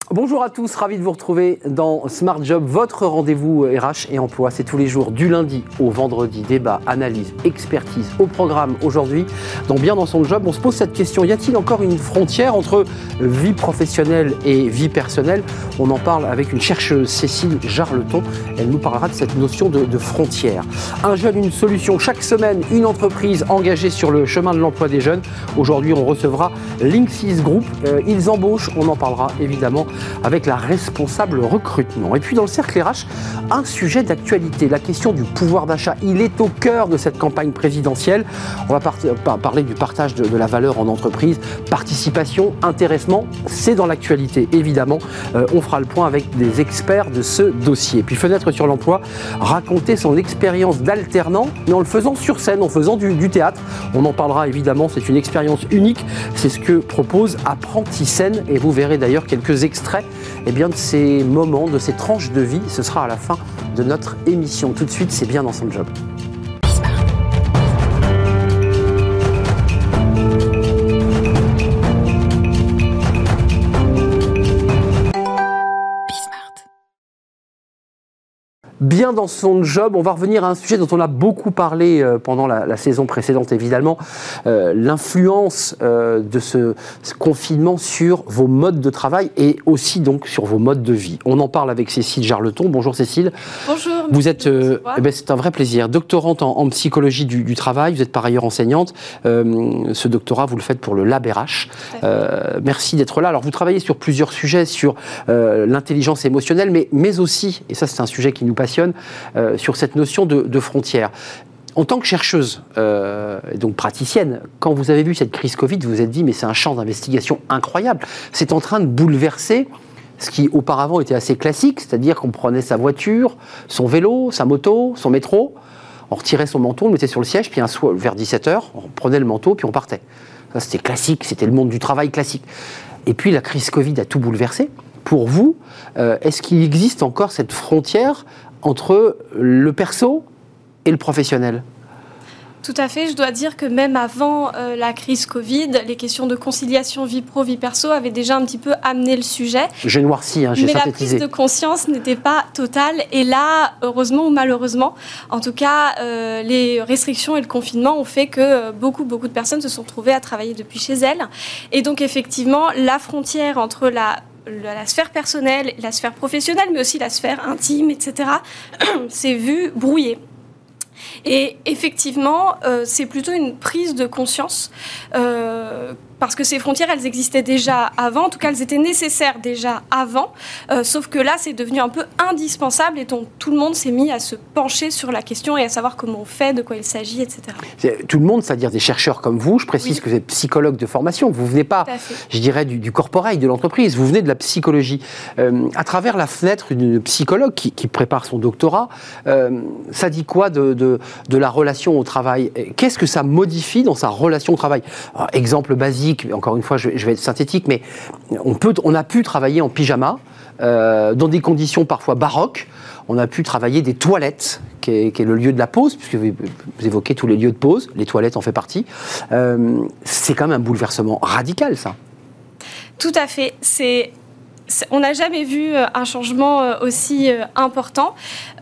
Bonjour à tous, ravi de vous retrouver dans Smart Job, votre rendez-vous RH et emploi. C'est tous les jours du lundi au vendredi, débat, analyse, expertise au programme. Aujourd'hui, Bien dans son job, on se pose cette question, y a-t-il encore une frontière entre vie professionnelle et vie personnelle? On en parle avec une chercheuse, Cécile Jarleton. Elle nous parlera de cette notion de frontière. Un jeune, une solution. Chaque semaine, une entreprise engagée sur le chemin de l'emploi des jeunes. Aujourd'hui, on recevra Linksys Group. Ils embauchent, on en parlera évidemment avec la responsable recrutement. Et puis dans le cercle RH, un sujet d'actualité, la question du pouvoir d'achat. Il est au cœur de cette campagne présidentielle. On va parler du partage de la valeur en entreprise, participation, intéressement, c'est dans l'actualité évidemment. On fera le point avec des experts de ce dossier. Puis fenêtre sur l'emploi, raconter son expérience d'alternant, mais en le faisant sur scène, en faisant du théâtre. On en parlera évidemment, c'est une expérience unique. C'est ce que propose Apprenti-Scène et vous verrez d'ailleurs quelques extraits de ces moments, de ces tranches de vie. Ce sera à la fin de notre émission. Tout de suite, c'est bien dans son job. Bien dans son job, on va revenir à un sujet dont on a beaucoup parlé pendant la saison précédente, évidemment, l'influence de ce confinement sur vos modes de travail et aussi donc sur vos modes de vie. On en parle avec Cécile Jarleton. Bonjour Cécile. Bonjour. Vous êtes, c'est un vrai plaisir, doctorante en psychologie du travail, vous êtes par ailleurs enseignante. Ce doctorat, vous le faites pour le Lab RH. Merci d'être là. Alors vous travaillez sur plusieurs sujets, sur l'intelligence émotionnelle, mais aussi, et ça c'est un sujet qui nous passionne, sur cette notion de frontière. En tant que chercheuse, donc praticienne, quand vous avez vu cette crise Covid, vous vous êtes dit, mais c'est un champ d'investigation incroyable. C'est en train de bouleverser ce qui auparavant était assez classique, c'est-à-dire qu'on prenait sa voiture, son vélo, sa moto, son métro, on retirait son manteau, on le mettait sur le siège, puis un soir, vers 17h, on prenait le manteau, puis on partait. Ça, c'était classique, c'était le monde du travail classique. Et puis la crise Covid a tout bouleversé. Pour vous, est-ce qu'il existe encore cette frontière entre le perso et le professionnel? Tout à fait. Je dois dire que même avant la crise Covid, les questions de conciliation vie pro, vie perso avaient déjà un petit peu amené le sujet. J'ai noirci, j'ai synthétisé. Mais la prise de conscience n'était pas totale. Et là, heureusement ou malheureusement, en tout cas, les restrictions et le confinement ont fait que beaucoup de personnes se sont trouvées à travailler depuis chez elles. Et donc, effectivement, la frontière entre la sphère personnelle, la sphère professionnelle, mais aussi la sphère intime, etc., s'est vue brouillée. Et effectivement, c'est plutôt une prise de conscience parce que ces frontières, elles existaient déjà avant. En tout cas, elles étaient nécessaires déjà avant. Sauf que là, c'est devenu un peu indispensable et tout le monde s'est mis à se pencher sur la question et à savoir comment on fait, de quoi il s'agit, etc. Tout le monde, c'est-à-dire des chercheurs comme vous, je précise que vous êtes psychologue de formation. Vous ne venez pas, je dirais, du corporate, de l'entreprise. Vous venez de la psychologie. À travers la fenêtre d'une psychologue qui prépare son doctorat, ça dit quoi de la relation au travail? Qu'est-ce que ça modifie dans sa relation au travail? Alors, exemple basique, encore une fois, je vais être synthétique, mais on a pu travailler en pyjama, dans des conditions parfois baroques. On a pu travailler des toilettes, qui est le lieu de la pause, puisque vous évoquez tous les lieux de pause, les toilettes en fait partie. C'est quand même un bouleversement radical, ça. Tout à fait. On n'a jamais vu un changement aussi important.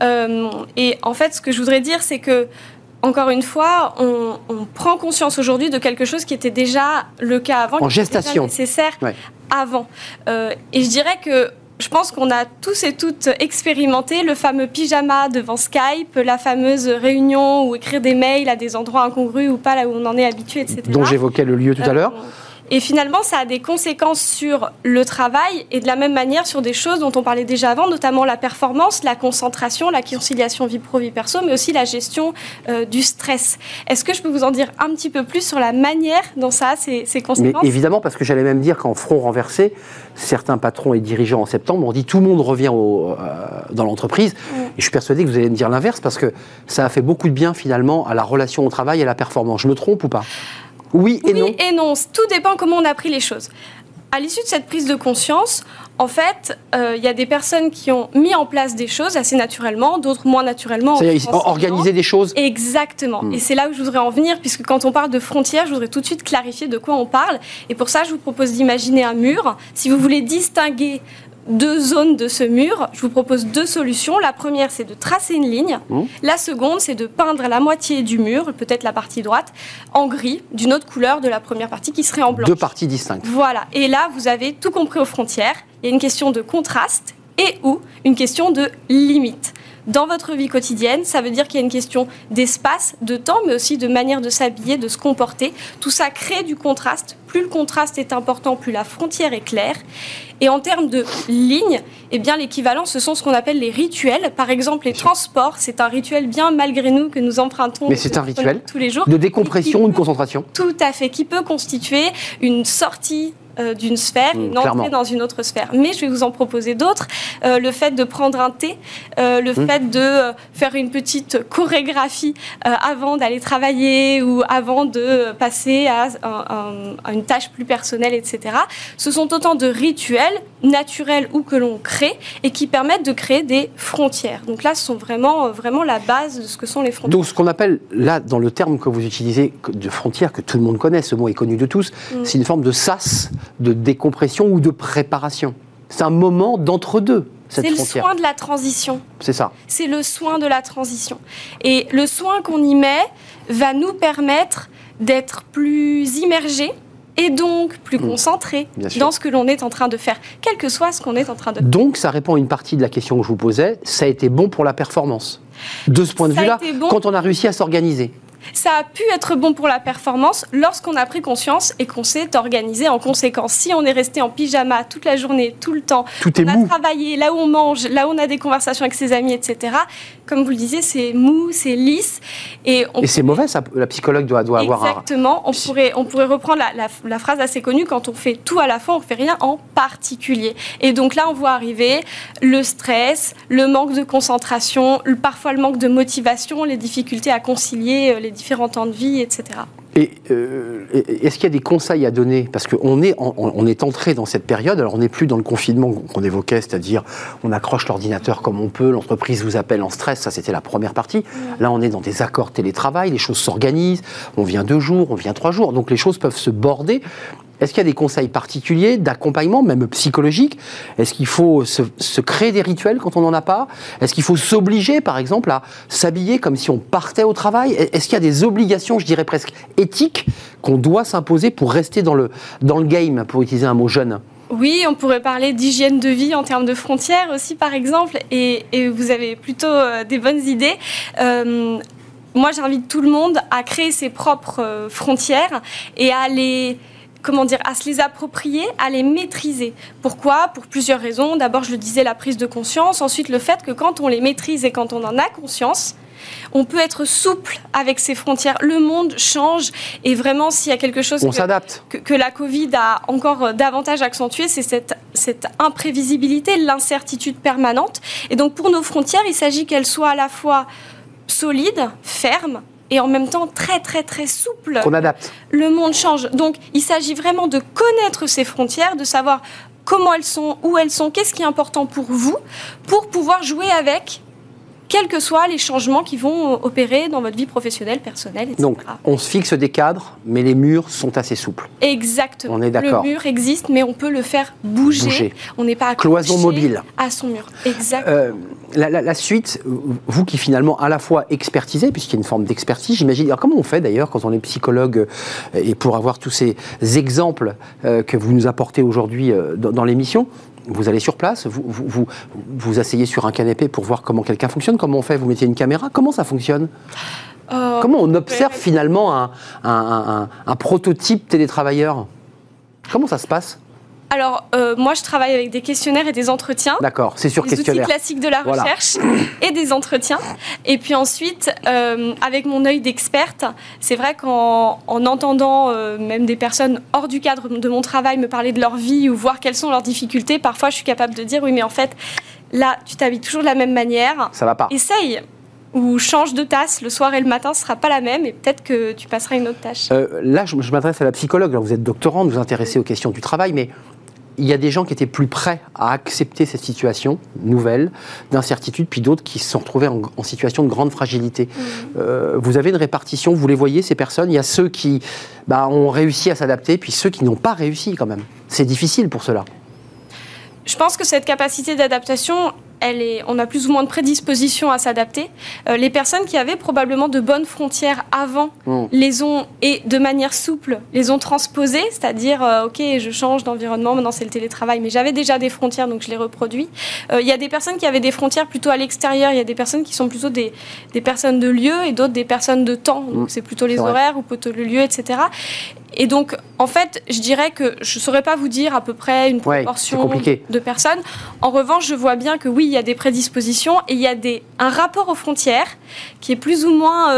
Et en fait, ce que je voudrais dire, c'est que encore une fois, on prend conscience aujourd'hui de quelque chose qui était déjà le cas avant, en gestation, qui était nécessaire avant. Et je dirais que je pense qu'on a tous et toutes expérimenté le fameux pyjama devant Skype, la fameuse réunion ou écrire des mails à des endroits incongrus ou pas, là où on en est habitué, etc. Dont j'évoquais le lieu tout à l'heure. Et finalement, ça a des conséquences sur le travail et de la même manière sur des choses dont on parlait déjà avant, notamment la performance, la concentration, la conciliation vie pro, vie perso, mais aussi la gestion du stress. Est-ce que je peux vous en dire un petit peu plus sur la manière dont ça a ces conséquences? Mais évidemment, parce que j'allais même dire qu'en front renversé, certains patrons et dirigeants en septembre ont dit tout le monde revient dans l'entreprise. Et je suis persuadé que vous allez me dire l'inverse parce que ça a fait beaucoup de bien finalement à la relation au travail et à la performance. Je me trompe ou pas? Oui et non. Oui et non. Tout dépend comment on a pris les choses. À l'issue de cette prise de conscience, en fait, il y a des personnes qui ont mis en place des choses assez naturellement, d'autres moins naturellement. C'est-à-dire organiser des choses. Exactement. Et c'est là où je voudrais en venir, puisque quand on parle de frontières, je voudrais tout de suite clarifier de quoi on parle. Et pour ça, je vous propose d'imaginer un mur. Si vous voulez distinguer 2 zones de ce mur, je vous propose 2 solutions. La première, c'est de tracer une ligne. La seconde, c'est de peindre la moitié du mur, peut-être la partie droite, en gris, d'une autre couleur de la première partie qui serait en blanc. 2 parties distinctes. Voilà. Et là, vous avez tout compris aux frontières. Il y a une question de contraste et ou une question de limite. Dans votre vie quotidienne, ça veut dire qu'il y a une question d'espace, de temps, mais aussi de manière de s'habiller, de se comporter. Tout ça crée du contraste. Plus le contraste est important, plus la frontière est claire. Et en termes de lignes, eh bien, l'équivalent, ce sont ce qu'on appelle les rituels. Par exemple, les transports, c'est un rituel bien malgré nous que nous empruntons. Mais c'est un rituel tous les jours. De décompression ou de concentration. Tout à fait, qui peut constituer une sortie d'une sphère, une entrée dans une autre sphère. Mais je vais vous en proposer d'autres. Le fait de prendre un thé, le fait de faire une petite chorégraphie avant d'aller travailler ou avant de passer à une tâche plus personnelle, etc. Ce sont autant de rituels naturels ou que l'on crée et qui permettent de créer des frontières. Donc là, ce sont vraiment la base de ce que sont les frontières. Donc ce qu'on appelle, là, dans le terme que vous utilisez, de frontières, que tout le monde connaît, ce mot est connu de tous, c'est une forme de sas, de décompression ou de préparation. C'est un moment d'entre-deux, cette frontière. C'est le soin de la transition. C'est ça. C'est le soin de la transition. Et le soin qu'on y met va nous permettre d'être plus immergés et donc plus concentrés dans ce que l'on est en train de faire, quel que soit ce qu'on est en train de faire. Donc ça répond à une partie de la question que je vous posais, ça a été bon pour la performance. De ce point de vue-là, quand on a réussi à s'organiser. Ça a pu être bon pour la performance lorsqu'on a pris conscience et qu'on s'est organisé en conséquence. Si on est resté en pyjama toute la journée, tout le temps, on a travaillé là où on mange, là où on a des conversations avec ses amis, etc. Comme vous le disiez, c'est mou, c'est lisse. Et c'est mauvais, ça, la psychologue doit avoir... Exactement. On pourrait reprendre la phrase assez connue, quand on fait tout à la fois, on ne fait rien en particulier. Et donc là, on voit arriver le stress, le manque de concentration, parfois le manque de motivation, les difficultés à concilier les différents temps de vie, etc. Et est-ce qu'il y a des conseils à donner? Parce qu'on est entré dans cette période, alors on n'est plus dans le confinement qu'on évoquait, c'est-à-dire on accroche l'ordinateur comme on peut, l'entreprise vous appelle en stress, ça c'était la première partie. Là on est dans des accords télétravail, les choses s'organisent, on vient 2 jours, on vient 3 jours, donc les choses peuvent se border. Est-ce qu'il y a des conseils particuliers d'accompagnement, même psychologique? Est-ce qu'il faut se créer des rituels quand on n'en a pas? Est-ce qu'il faut s'obliger, par exemple, à s'habiller comme si on partait au travail? Est-ce qu'il y a des obligations, je dirais presque éthiques, qu'on doit s'imposer pour rester dans le game, pour utiliser un mot jeune? Oui, on pourrait parler d'hygiène de vie en termes de frontières aussi, par exemple, et vous avez plutôt des bonnes idées. Moi, j'invite tout le monde à créer ses propres frontières et à à se les approprier, à les maîtriser. Pourquoi? Pour plusieurs raisons. D'abord, je le disais, la prise de conscience. Ensuite, le fait que quand on les maîtrise et quand on en a conscience, on peut être souple avec ses frontières. Le monde change et vraiment, s'il y a quelque chose que la Covid a encore davantage accentué, c'est cette imprévisibilité, l'incertitude permanente. Et donc, pour nos frontières, il s'agit qu'elles soient à la fois solides, fermes, et en même temps très très très souple. Qu'on adapte. Le monde change. Donc il s'agit vraiment de connaître ces frontières, de savoir comment elles sont, où elles sont, qu'est-ce qui est important pour vous, pour pouvoir jouer avec quels que soient les changements qui vont opérer dans votre vie professionnelle, personnelle, etc. Donc, on se fixe des cadres, mais les murs sont assez souples. Exactement. On est d'accord. Le mur existe, mais on peut le faire bouger. On n'est pas cloison mobile à son mur. Exactement. La suite, vous qui finalement à la fois expertisez, puisqu'il y a une forme d'expertise, j'imagine. Alors comment on fait d'ailleurs quand on est psychologue et pour avoir tous ces exemples que vous nous apportez aujourd'hui dans l'émission? Vous allez sur place, vous asseyez sur un canapé pour voir comment quelqu'un fonctionne. Comment on fait? Vous mettez une caméra? Comment ça fonctionne? Comment on observe finalement un prototype télétravailleur? Comment ça se passe? Alors, moi, je travaille avec des questionnaires et des entretiens. D'accord, c'est sur questionnaire. Des outils classiques de la recherche et des entretiens. Et puis ensuite, avec mon œil d'experte, c'est vrai qu'en entendant même des personnes hors du cadre de mon travail me parler de leur vie ou voir quelles sont leurs difficultés, parfois je suis capable de dire, oui, mais en fait, là, tu t'habilles toujours de la même manière. Ça va pas. Essaye. Ou change de tasse, le soir et le matin, ce ne sera pas la même et peut-être que tu passeras une autre tâche. Là, je m'adresse à la psychologue. Alors, vous êtes doctorante, vous vous intéressez aux questions du travail, mais il y a des gens qui étaient plus prêts à accepter cette situation nouvelle, d'incertitude, puis d'autres qui se sont retrouvés en situation de grande fragilité. Vous avez une répartition, vous les voyez, ces personnes? Il y a ceux qui ont réussi à s'adapter, puis ceux qui n'ont pas réussi quand même. C'est difficile pour ceux-là. Je pense que cette capacité d'adaptation, on a plus ou moins de prédisposition à s'adapter. Les personnes qui avaient probablement de bonnes frontières avant les ont, et de manière souple, les ont transposées, c'est-à-dire, ok, je change d'environnement, maintenant c'est le télétravail, mais j'avais déjà des frontières, donc je les reproduis. Il y a des personnes qui avaient des frontières plutôt à l'extérieur, il y a des personnes qui sont plutôt des personnes de lieu et d'autres des personnes de temps, donc c'est plutôt les horaires ou plutôt le lieu, etc. Et donc, en fait, je dirais que je ne saurais pas vous dire à peu près une proportion de personnes. En revanche, je vois bien que oui, il y a des prédispositions et il y a un rapport aux frontières qui est plus ou moins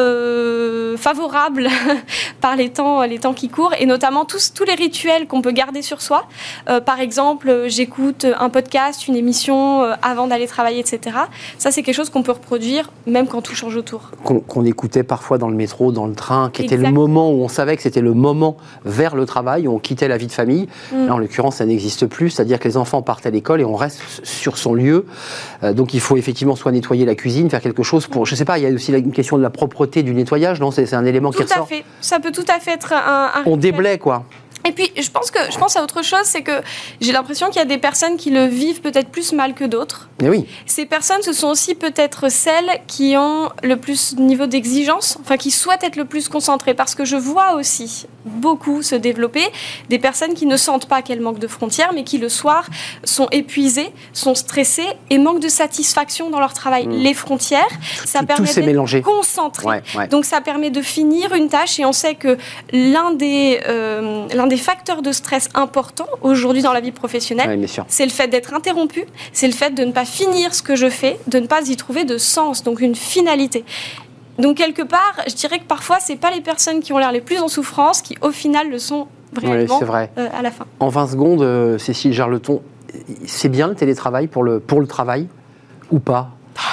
favorable par les temps qui courent, et notamment tous les rituels qu'on peut garder sur soi. Par exemple, j'écoute un podcast, une émission avant d'aller travailler, etc. Ça, c'est quelque chose qu'on peut reproduire même quand tout change autour. Qu'on écoutait parfois dans le métro, dans le train, qui était le moment où on savait que c'était le moment vers le travail, où on quittait la vie de famille. Là, en l'occurrence, ça n'existe plus, c'est-à-dire que les enfants partent à l'école et on reste sur son lieu. Donc, il faut effectivement soit nettoyer la cuisine, faire quelque chose pour... Je ne sais pas, il y a aussi une question de la propreté du nettoyage, non ? C'est un élément qui ressort. Tout à fait. Ça peut tout à fait être un on déblaye, quoi. Et puis, je pense à autre chose, c'est que j'ai l'impression qu'il y a des personnes qui le vivent peut-être plus mal que d'autres. Mais oui. Ces personnes, ce sont aussi peut-être celles qui ont le plus niveau d'exigence, enfin qui souhaitent être le plus concentrées, parce que je vois aussi beaucoup se développer des personnes qui ne sentent pas qu'elles manquent de frontières, mais qui le soir sont épuisées, sont stressées et manquent de satisfaction dans leur travail. Les frontières, ça permet d'être concentré. Donc ça permet de finir une tâche, et on sait que l'un des facteurs de stress importants aujourd'hui dans la vie professionnelle, c'est le fait d'être interrompu, c'est le fait de ne pas finir ce que je fais, de ne pas y trouver de sens, donc une finalité. Donc quelque part, je dirais que parfois, c'est pas les personnes qui ont l'air les plus en souffrance qui, au final, le sont réellement à la fin. En 20 secondes, Cécile Jarleton, c'est bien le télétravail pour le travail ou pas ?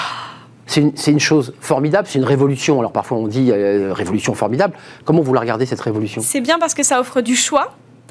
C'est une chose formidable, c'est une révolution. Alors parfois on dit révolution formidable. Comment vous la regardez, cette révolution ? C'est bien parce que ça offre du choix.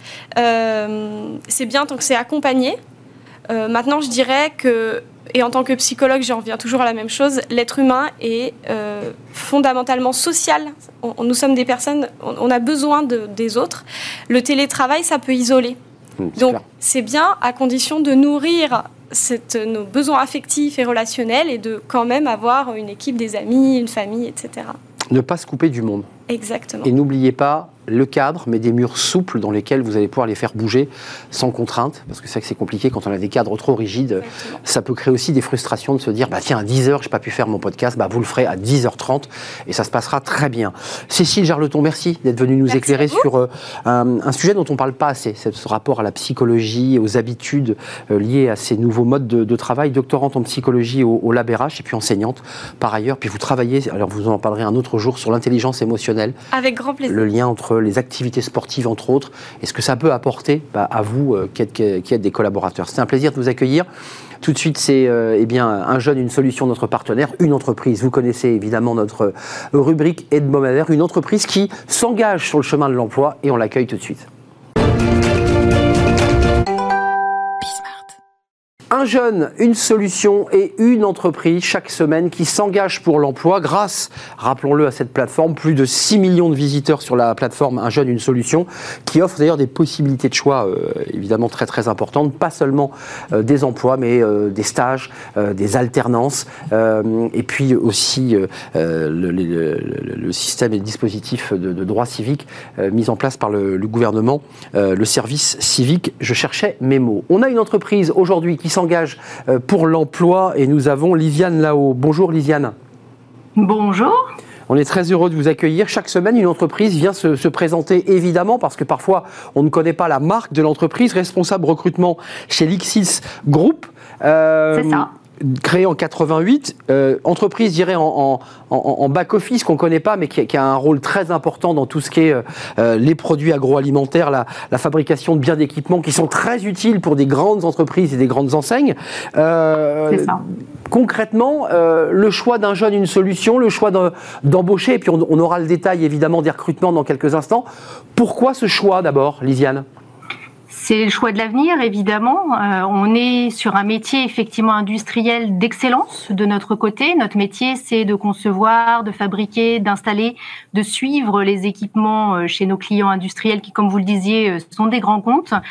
C'est bien tant que c'est accompagné. Maintenant, je dirais que, et en tant que psychologue, j'en reviens toujours à la même chose, l'être humain est fondamentalement social. Nous sommes des personnes, on a besoin des autres. Le télétravail, ça peut isoler. Donc c'est bien à condition de nourrir nos besoins affectifs et relationnels, et de quand même avoir une équipe, des amis, une famille, etc. Ne pas se couper du monde. Exactement. Et n'oubliez pas le cadre, mais des murs souples dans lesquels vous allez pouvoir les faire bouger sans contrainte, parce que c'est vrai que c'est compliqué quand on a des cadres trop rigides. Exactement. Ça peut créer aussi des frustrations de se dire, tiens, à 10h, je n'ai pas pu faire mon podcast, vous le ferez à 10h30 et ça se passera très bien. Cécile Jarleton, merci d'être venue nous éclairer sur un sujet dont on ne parle pas assez, c'est ce rapport à la psychologie, aux habitudes liées à ces nouveaux modes de travail, doctorante en psychologie au Lab RH et puis enseignante par ailleurs, puis vous travaillez, alors vous en parlerez un autre jour, sur l'intelligence émotionnelle. Avec grand plaisir. Le lien entre les activités sportives, entre autres, et ce que ça peut apporter à vous qui êtes des collaborateurs. C'est un plaisir de vous accueillir. Tout de suite, c'est un jeune, une solution, notre partenaire, une entreprise. Vous connaissez évidemment notre rubrique hebdomadaire, une entreprise qui s'engage sur le chemin de l'emploi, et on l'accueille tout de suite. Un jeune, une solution et une entreprise chaque semaine qui s'engage pour l'emploi grâce, rappelons-le, à cette plateforme. Plus de 6 millions de visiteurs sur la plateforme Un jeune, une solution, qui offre d'ailleurs des possibilités de choix évidemment très très importantes. Pas seulement des emplois, mais des stages, des alternances, et puis aussi le système et le dispositif de droit civique mis en place par le gouvernement, le service civique. Je cherchais mes mots. On a une entreprise aujourd'hui qui s'engage pour l'emploi, et nous avons Lisiane là-haut. Bonjour Lisiane. Bonjour. On est très heureux de vous accueillir. Chaque semaine, une entreprise vient se présenter, évidemment, parce que parfois, on ne connaît pas la marque de l'entreprise. Responsable recrutement chez Lixis Group. C'est ça. Créée en 88, entreprise, je dirais, en back-office qu'on ne connaît pas, mais qui a un rôle très important dans tout ce qui est les produits agroalimentaires, la fabrication de biens d'équipement qui sont très utiles pour des grandes entreprises et des grandes enseignes. C'est ça. Concrètement, le choix d'un jeune, une solution, le choix d'embaucher, et puis on aura le détail évidemment des recrutements dans quelques instants. Pourquoi ce choix d'abord, Lisiane ? C'est le choix de l'avenir, évidemment. On est sur un métier effectivement industriel d'excellence de notre côté. Notre métier, c'est de concevoir, de fabriquer, d'installer, de suivre les équipements chez nos clients industriels qui, comme vous le disiez, sont des grands comptes.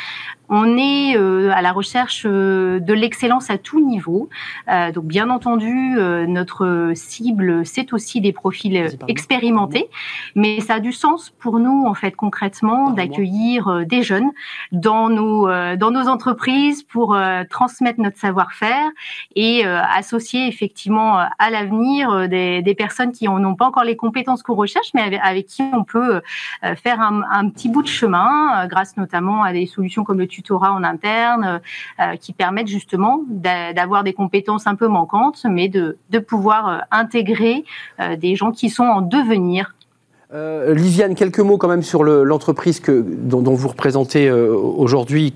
On est à la recherche de l'excellence à tout niveau. Donc, bien entendu, notre cible, c'est aussi des profils expérimentés, mais ça a du sens pour nous, en fait, concrètement, d'accueillir des jeunes dans nos entreprises pour transmettre notre savoir-faire et associer effectivement à l'avenir des personnes qui n'ont pas encore les compétences qu'on recherche, mais avec qui on peut faire un petit bout de chemin, grâce notamment à des solutions comme le tutorat en interne, qui permettent justement d'avoir des compétences un peu manquantes, mais de pouvoir intégrer des gens qui sont en devenir. Lisiane, quelques mots quand même sur l'entreprise dont vous représentez aujourd'hui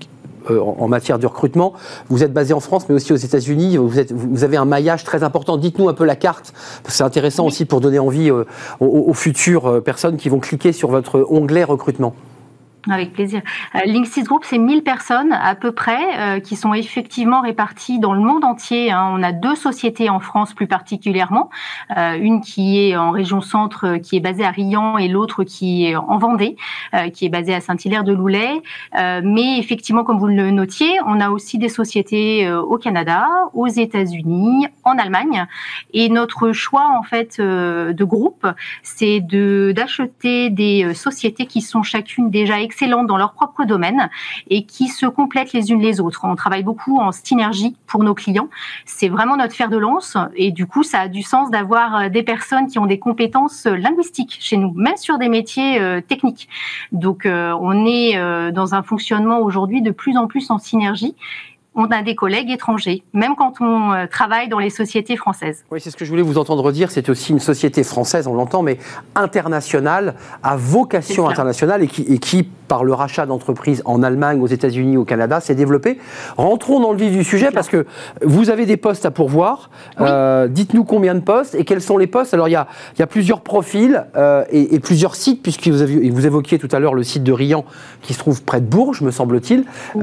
en matière de recrutement. Vous êtes basé en France, mais aussi aux États-Unis. Vous avez un maillage très important. Dites-nous un peu la carte. C'est intéressant aussi pour donner envie aux futures personnes qui vont cliquer sur votre onglet recrutement. Avec plaisir. Linksys Group, c'est 1000 personnes à peu près qui sont effectivement réparties dans le monde entier. On a 2 sociétés en France plus particulièrement. Une qui est en région centre, qui est basée à Riant, et l'autre qui est en Vendée, qui est basée à Saint-Hilaire-de-Loulay. Mais effectivement, comme vous le notiez, on a aussi des sociétés au Canada, aux États-Unis, en Allemagne. Et notre choix, en fait, de groupe, c'est d'acheter des sociétés qui sont chacune déjà excellentes dans leur propre domaine et qui se complètent les unes les autres. On travaille beaucoup en synergie pour nos clients. C'est vraiment notre fer de lance et du coup, ça a du sens d'avoir des personnes qui ont des compétences linguistiques chez nous, même sur des métiers techniques. Donc, on est dans un fonctionnement aujourd'hui de plus en plus en synergie. On a des collègues étrangers, même quand on travaille dans les sociétés françaises. Oui, c'est ce que je voulais vous entendre dire. C'est aussi une société française, on l'entend, mais internationale, à vocation internationale et qui, par le rachat d'entreprises en Allemagne, aux États-Unis, au Canada, s'est développée. Rentrons dans le vif du sujet parce que vous avez des postes à pourvoir. Oui. Dites-nous combien de postes et quels sont les postes. Alors, il y a plusieurs profils et plusieurs sites, puisque vous évoquiez tout à l'heure le site de Riant qui se trouve près de Bourges, me semble-t-il. Oui.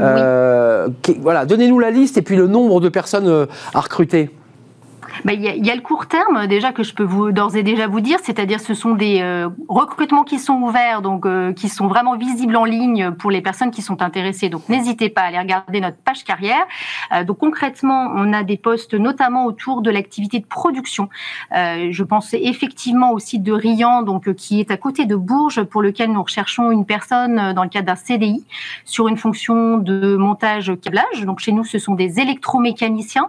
Voilà, donnez-nous la liste et puis le nombre de personnes à recruter. Il y a le court terme déjà que je peux d'ores et déjà vous dire, c'est-à-dire ce sont des recrutements qui sont ouverts, donc qui sont vraiment visibles en ligne pour les personnes qui sont intéressées. Donc n'hésitez pas à aller regarder notre page carrière. Donc concrètement, on a des postes notamment autour de l'activité de production. Je pense effectivement au site de Riant, donc qui est à côté de Bourges, pour lequel nous recherchons une personne dans le cadre d'un CDI sur une fonction de montage câblage. Donc chez nous, ce sont des électromécaniciens.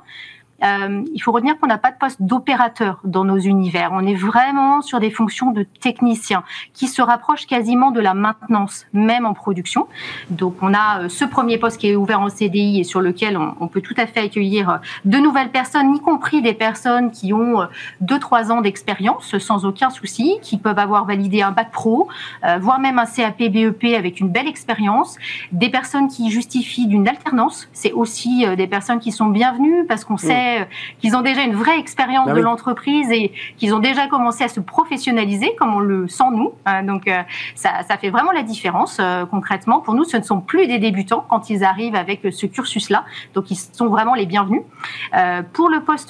Il faut retenir qu'on n'a pas de poste d'opérateur dans nos univers. On est vraiment sur des fonctions de techniciens qui se rapprochent quasiment de la maintenance, même en production. Donc, on a ce premier poste qui est ouvert en CDI et sur lequel on peut tout à fait accueillir de nouvelles personnes, y compris des personnes qui ont 2-3 ans d'expérience sans aucun souci, qui peuvent avoir validé un bac pro, voire même un CAP BEP avec une belle expérience. Des personnes qui justifient d'une alternance. C'est aussi des personnes qui sont bienvenues parce qu'on sait qu'ils ont déjà une vraie expérience de l'entreprise et qu'ils ont déjà commencé à se professionnaliser comme on le sent nous. Donc ça fait vraiment la différence concrètement. Pour nous, ce ne sont plus des débutants quand ils arrivent avec ce cursus-là. Donc ils sont vraiment les bienvenus. Pour le poste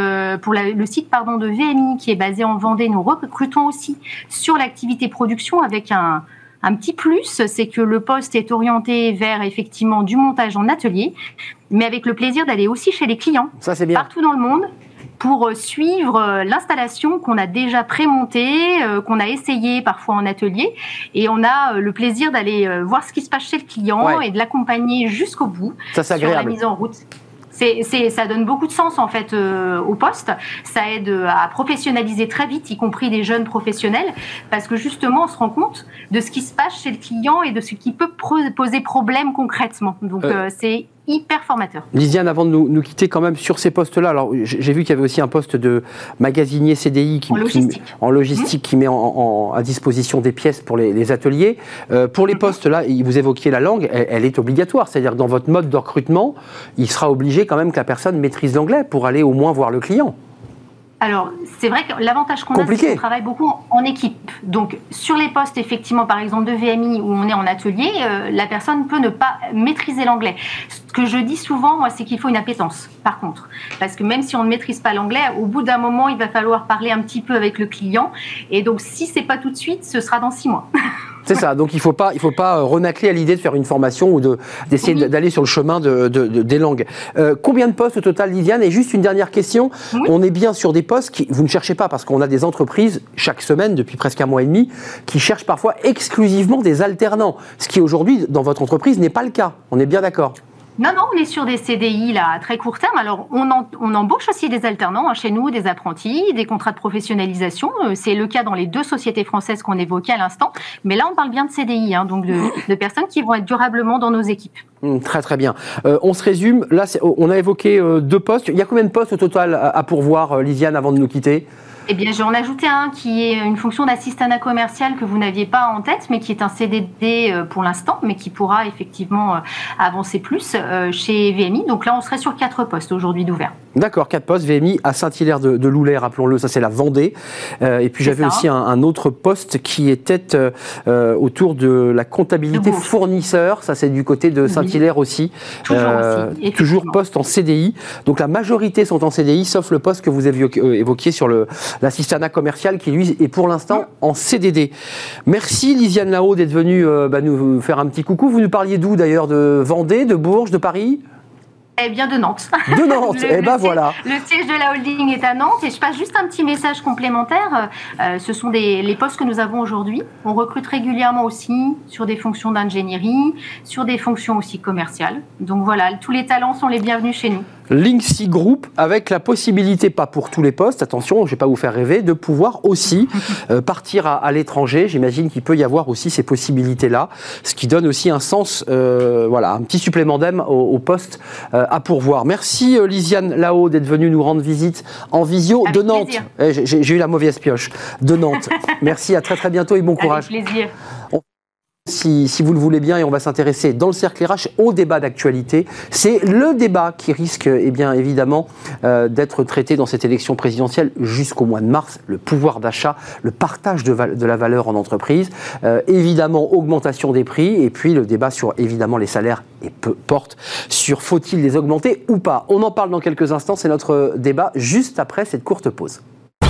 le site de VMI qui est basé en Vendée, nous recrutons aussi sur l'activité production avec un petit plus, c'est que le poste est orienté vers effectivement du montage en atelier, mais avec le plaisir d'aller aussi chez les clients, partout dans le monde, pour suivre l'installation qu'on a déjà prémontée, qu'on a essayé parfois en atelier, et on a le plaisir d'aller voir ce qui se passe chez le client et de l'accompagner jusqu'au bout sur la mise en route. Ça donne beaucoup de sens en fait au poste. Ça aide à professionnaliser très vite, y compris des jeunes professionnels, parce que justement on se rend compte de ce qui se passe chez le client et de ce qui peut poser problème concrètement. Donc c'est hyper formateur. Lisiane, avant de nous quitter quand même sur ces postes-là, alors j'ai vu qu'il y avait aussi un poste de magasinier CDI en logistique qui met à disposition des pièces pour les ateliers. Pour les postes-là, vous évoquiez la langue, elle est obligatoire, c'est-à-dire que dans votre mode de recrutement, il sera obligé quand même que la personne maîtrise l'anglais pour aller au moins voir le client. Alors, c'est vrai que l'avantage qu'on a, c'est qu'on travaille beaucoup en équipe. Donc, sur les postes, effectivement, par exemple, de VMI, où on est en atelier, la personne peut ne pas maîtriser l'anglais. Ce que je dis souvent, moi, c'est qu'il faut une appétence, par contre. Parce que même si on ne maîtrise pas l'anglais, au bout d'un moment, il va falloir parler un petit peu avec le client. Et donc, si c'est pas tout de suite, ce sera dans 6 mois. C'est ça, donc il ne faut pas renacler à l'idée de faire une formation ou d'essayer d'aller sur le chemin des langues. Combien de postes au total, Lisiane? Et juste une dernière question, on est bien sur des postes qui, vous ne cherchez pas, parce qu'on a des entreprises chaque semaine, depuis presque un mois et demi, qui cherchent parfois exclusivement des alternants, ce qui aujourd'hui, dans votre entreprise, n'est pas le cas. On est bien d'accord? Non, on est sur des CDI là, à très court terme. Alors, on embauche aussi des alternants chez nous, des apprentis, des contrats de professionnalisation. C'est le cas dans les 2 sociétés françaises qu'on évoquait à l'instant. Mais là, on parle bien de CDI, donc de personnes qui vont être durablement dans nos équipes. Très très bien. On se résume. Là, on a évoqué 2 postes. Il y a combien de postes au total à pourvoir, Lisiane, avant de nous quitter? Eh bien, j'en ai ajouté un qui est une fonction d'assistanat commercial que vous n'aviez pas en tête, mais qui est un CDD pour l'instant, mais qui pourra effectivement avancer plus chez VMI. Donc là, on serait sur 4 postes aujourd'hui d'ouverts. D'accord, 4 postes, VMI à Saint-Hilaire de Loulay, rappelons-le, ça c'est la Vendée. Et puis j'avais aussi un autre poste qui était autour de la comptabilité fournisseur, ça c'est du côté de Saint-Hilaire aussi. Toujours poste en CDI. Donc la majorité sont en CDI, sauf le poste que vous évoquiez sur l'assistanat commercial qui, lui, est pour l'instant en CDD. Merci Lisiane Lao d'être venue nous faire un petit coucou. Vous nous parliez d'où d'ailleurs? De Vendée, de Bourges, de Paris? Eh bien, de Nantes. De Nantes, voilà. Le siège de la holding est à Nantes et je passe juste un petit message complémentaire. Ce sont les postes que nous avons aujourd'hui. On recrute régulièrement aussi sur des fonctions d'ingénierie, sur des fonctions aussi commerciales. Donc voilà, tous les talents sont les bienvenus chez nous. Linksy Group, avec la possibilité, pas pour tous les postes, attention, je ne vais pas vous faire rêver, de pouvoir aussi partir à l'étranger. J'imagine qu'il peut y avoir aussi ces possibilités-là, ce qui donne aussi un sens, un petit supplément d'âme au poste à pourvoir. Merci Lisiane Lao d'être venue nous rendre visite en visio de Nantes. J'ai eu la mauvaise pioche. De Nantes. Merci, à très très bientôt et bon courage. Avec plaisir. Si vous le voulez bien, et on va s'intéresser dans le cercle RH au débat d'actualité. C'est le débat qui risque évidemment d'être traité dans cette élection présidentielle jusqu'au mois de mars, le pouvoir d'achat, le partage de la valeur en entreprise, évidemment augmentation des prix et puis le débat sur évidemment les salaires et porte sur faut-il les augmenter ou pas. On en parle dans quelques instants, c'est notre débat juste après cette courte pause.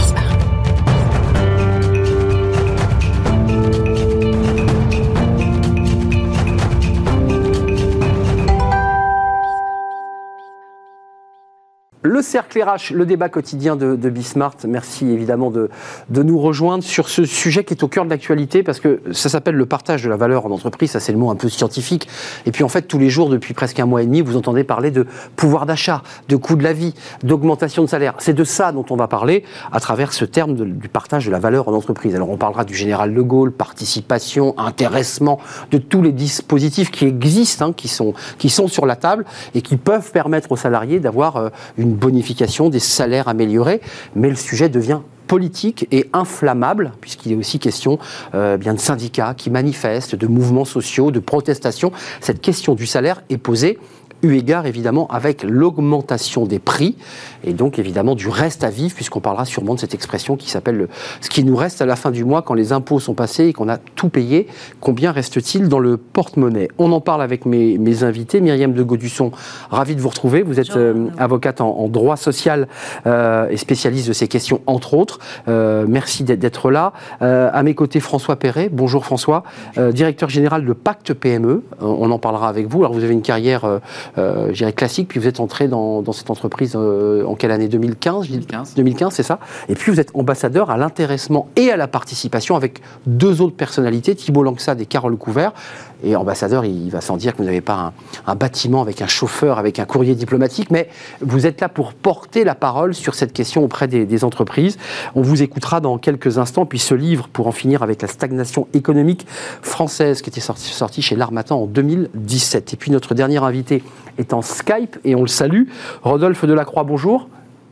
Le cercle RH, le débat quotidien de Bismart. Merci évidemment de nous rejoindre sur ce sujet qui est au cœur de l'actualité parce que ça s'appelle le partage de la valeur en entreprise. Ça, c'est le mot un peu scientifique. Et puis en fait, tous les jours, depuis presque un mois et demi, vous entendez parler de pouvoir d'achat, de coût de la vie, d'augmentation de salaire. C'est de ça dont on va parler à travers ce terme du partage de la valeur en entreprise. Alors on parlera du général de Gaulle, participation, intéressement, de tous les dispositifs qui existent, qui sont sur la table et qui peuvent permettre aux salariés d'avoir une bonification, des salaires améliorés, mais le sujet devient politique et inflammable, puisqu'il est aussi question de syndicats qui manifestent, de mouvements sociaux, de protestations. Cette question du salaire est posée eu égard évidemment avec l'augmentation des prix et donc évidemment du reste à vivre, puisqu'on parlera sûrement de cette expression qui s'appelle ce qui nous reste à la fin du mois quand les impôts sont passés et qu'on a tout payé, combien reste-t-il dans le porte-monnaie? On en parle avec mes invités. Myriam de Gaudusson, ravie de vous retrouver. Vous êtes avocate en droit social et spécialiste de ces questions entre autres. Merci d'être là. À mes côtés, François Perret. Bonjour François, directeur général de Pacte PME. On en parlera avec vous. Alors vous avez une carrière je dirais classique, puis vous êtes entré dans cette entreprise en quelle année? 2015 2015, c'est ça. Et puis vous êtes ambassadeur à l'intéressement et à la participation avec 2 autres personnalités, Thibault Langsade et Carole Couvert. Et ambassadeur, il va sans dire que vous n'avez pas un bâtiment avec un chauffeur, avec un courrier diplomatique, mais vous êtes là pour porter la parole sur cette question auprès des entreprises. On vous écoutera dans quelques instants, puis ce livre, pour en finir avec la stagnation économique française, qui était sorti chez l'Harmattan en 2017. Et puis notre dernier invité est en Skype, et on le salue, Rodolphe Delacroix, bonjour.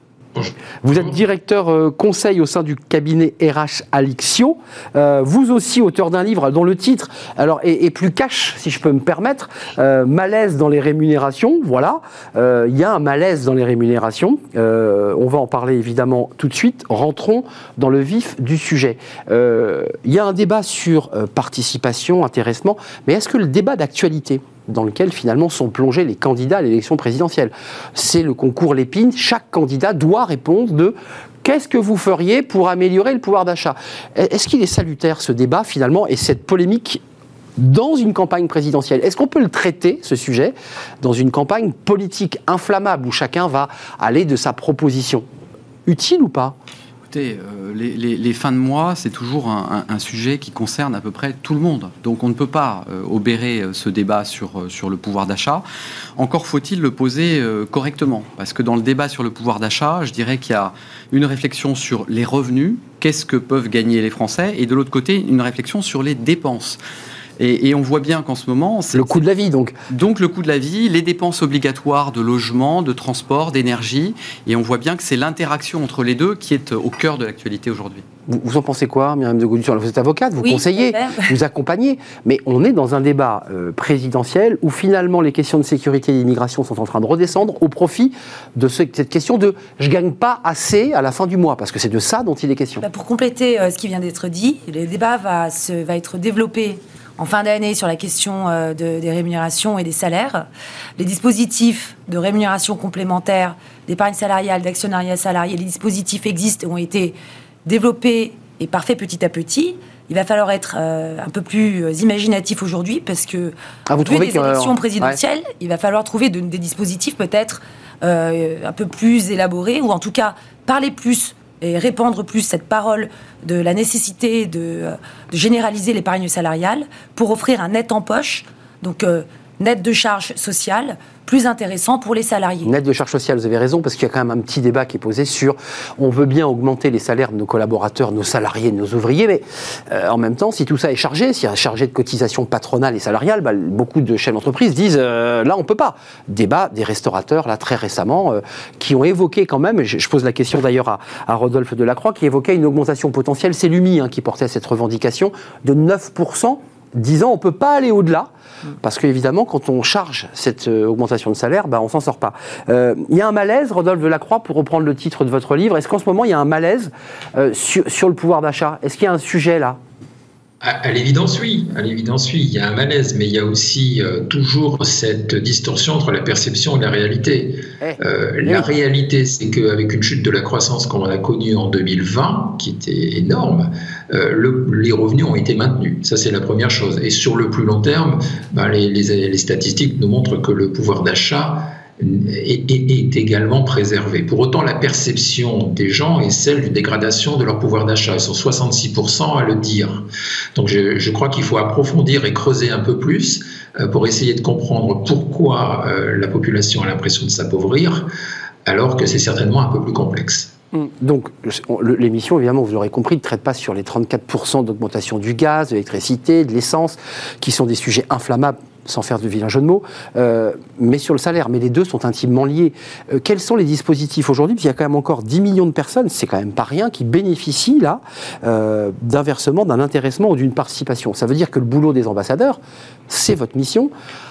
Vous êtes directeur conseil au sein du cabinet RH Alixio. Vous aussi, auteur d'un livre dont le titre est plus cash, si je peux me permettre, malaise dans les rémunérations. Voilà, il y a un malaise dans les rémunérations. On va en parler évidemment tout de suite. Rentrons dans le vif du sujet. Il y a un débat sur participation, intéressement, mais est-ce que le débat d'actualité dans lequel finalement sont plongés les candidats à l'élection présidentielle, c'est le concours Lépine, chaque candidat doit répondre de Qu'est-ce que vous feriez pour améliorer le pouvoir d'achat ? Est-ce qu'il est salutaire ce débat finalement et cette polémique dans une campagne présidentielle ? Est-ce qu'on peut le traiter, ce sujet, dans une campagne politique inflammable où chacun va aller de sa proposition ? Utile ou pas ? Écoutez, les fins de mois, c'est toujours un sujet qui concerne à peu près tout le monde. Donc on ne peut pas obérer ce débat sur le pouvoir d'achat. Encore faut-il le poser correctement. Parce que dans le débat sur le pouvoir d'achat, je dirais qu'il y a une réflexion sur les revenus, qu'est-ce que peuvent gagner les Français, et de l'autre côté, une réflexion sur les dépenses. Et on voit bien qu'en ce moment... Le coût de la vie, donc. Donc le coût de la vie, les dépenses obligatoires de logement, de transport, d'énergie. Et on voit bien que c'est l'interaction entre les deux qui est au cœur de l'actualité aujourd'hui. Vous en pensez quoi, Myriam de Gaudussian ? Vous êtes avocate, vous conseillez, vous accompagnez. Mais on est dans un débat présidentiel où finalement les questions de sécurité et d'immigration sont en train de redescendre au profit de cette question de « je ne gagne pas assez à la fin du mois ». Parce que c'est de ça dont il est question. Pour compléter ce qui vient d'être dit, le débat va être développé en fin d'année sur la question des rémunérations et des salaires. Les dispositifs de rémunération complémentaire, d'épargne salariale, d'actionnariat salarié, les dispositifs existent et ont été développés et parfaits petit à petit. Il va falloir être un peu plus imaginatif aujourd'hui parce que vous trouvez des élections présidentielles, il va falloir trouver des dispositifs peut-être un peu plus élaborés ou en tout cas parler plus et répandre plus cette parole de la nécessité de généraliser l'épargne salariale pour offrir un net en poche, donc net de charges sociales, plus intéressant pour les salariés. Net de charges sociales, vous avez raison, parce qu'il y a quand même un petit débat qui est posé sur on veut bien augmenter les salaires de nos collaborateurs, nos salariés, nos ouvriers, mais en même temps, si tout ça est chargé, s'il y a chargé de cotisations patronales et salariales, beaucoup de chefs d'entreprise disent là on peut pas. Débat des restaurateurs, là très récemment, qui ont évoqué quand même, je pose la question d'ailleurs à Rodolphe Delacroix, qui évoquait une augmentation potentielle, c'est l'UMI qui portait cette revendication, de 9%, disant on ne peut pas aller au-delà. Parce qu'évidemment, quand on charge cette augmentation de salaire, on ne s'en sort pas. Il y a un malaise, Rodolphe Delacroix, pour reprendre le titre de votre livre. Est-ce qu'en ce moment, il y a un malaise sur le pouvoir d'achat ? Est-ce qu'il y a un sujet là ? À l'évidence, oui. Il y a un malaise, mais il y a aussi toujours cette distorsion entre la perception et la réalité. La réalité, c'est qu'avec une chute de la croissance qu'on a connue en 2020, qui était énorme, les revenus ont été maintenus. Ça, c'est la première chose. Et sur le plus long terme, les statistiques nous montrent que le pouvoir d'achat est également préservé. Pour autant, la perception des gens est celle d'une dégradation de leur pouvoir d'achat. Ils sont 66% à le dire. Donc je crois qu'il faut approfondir et creuser un peu plus pour essayer de comprendre pourquoi la population a l'impression de s'appauvrir, alors que c'est certainement un peu plus complexe. Donc, l'émission, évidemment, vous l'aurez compris, ne traite pas sur les 34% d'augmentation du gaz, de l'électricité, de l'essence, qui sont des sujets inflammables, sans faire de vilain jeu de mots, mais sur le salaire. Mais les deux sont intimement liés. Quels sont les dispositifs aujourd'hui ? Parce qu'il y a quand même encore 10 millions de personnes, c'est quand même pas rien, qui bénéficient là d'un versement, d'un intéressement ou d'une participation. Ça veut dire que le boulot des ambassadeurs, c'est votre mission,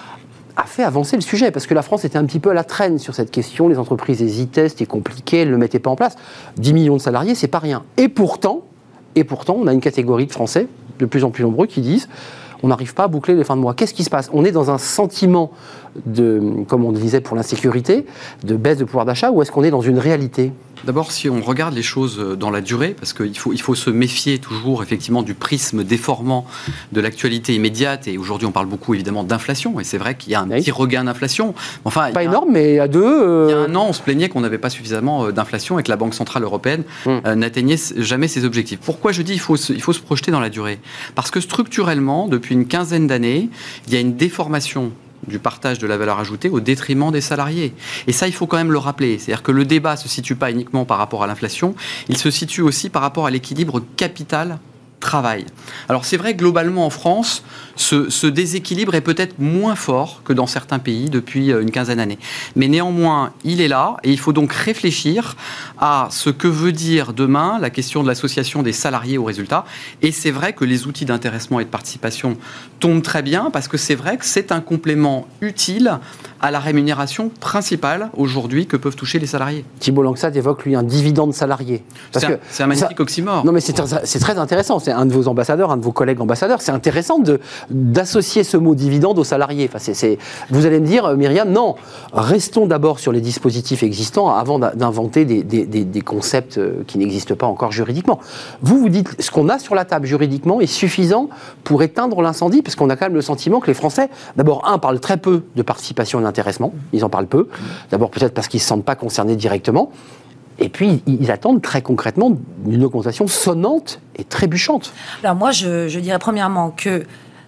a fait avancer le sujet, parce que la France était un petit peu à la traîne sur cette question, les entreprises hésitaient, c'était compliqué, elles ne le mettaient pas en place. 10 millions de salariés, c'est pas rien. Et pourtant, on a une catégorie de Français, de plus en plus nombreux, qui disent on n'arrive pas à boucler les fins de mois. Qu'est-ce qui se passe ? On est dans un sentiment de, comme on le disait pour l'insécurité, de baisse de pouvoir d'achat, ou est-ce qu'on est dans une réalité ? D'abord, si on regarde les choses dans la durée, parce qu'il faut se méfier toujours effectivement du prisme déformant de l'actualité immédiate, et aujourd'hui on parle beaucoup évidemment d'inflation, et c'est vrai qu'il y a un petit regain d'inflation. Enfin, pas énorme, mais à deux... Il y a un an, on se plaignait qu'on n'avait pas suffisamment d'inflation et que la Banque Centrale Européenne n'atteignait jamais ses objectifs. Pourquoi je dis il faut se projeter dans la durée ? Parce que structurellement, depuis une quinzaine d'années, il y a une déformation du partage de la valeur ajoutée au détriment des salariés. Et ça, il faut quand même le rappeler. C'est-à-dire que le débat ne se situe pas uniquement par rapport à l'inflation, il se situe aussi par rapport à l'équilibre capital-travail. Alors c'est vrai, globalement en France, ce déséquilibre est peut-être moins fort que dans certains pays depuis une quinzaine d'années. Mais néanmoins, il est là, et il faut donc réfléchir à ce que veut dire demain la question de l'association des salariés aux résultats. Et c'est vrai que les outils d'intéressement et de participation tombent très bien, parce que c'est vrai que c'est un complément utile à la rémunération principale aujourd'hui que peuvent toucher les salariés. Thibault Langsat évoque, lui, un dividende salarié. C'est un magnifique oxymore. Non, mais c'est très intéressant. C'est un de vos ambassadeurs, un de vos collègues ambassadeurs. C'est intéressant d'associer ce mot dividende aux salariés. Enfin, vous allez me dire, Myriam, non, restons d'abord sur les dispositifs existants avant d'inventer des concepts qui n'existent pas encore juridiquement. Vous dites, ce qu'on a sur la table juridiquement est suffisant pour éteindre l'incendie, parce qu'on a quand même le sentiment que les Français, d'abord, parlent très peu de participation et d'intéressement. Ils en parlent peu. D'abord, peut-être parce qu'ils ne se sentent pas concernés directement. Et puis, ils attendent très concrètement une augmentation sonnante et trébuchante. Alors moi, je dirais premièrement que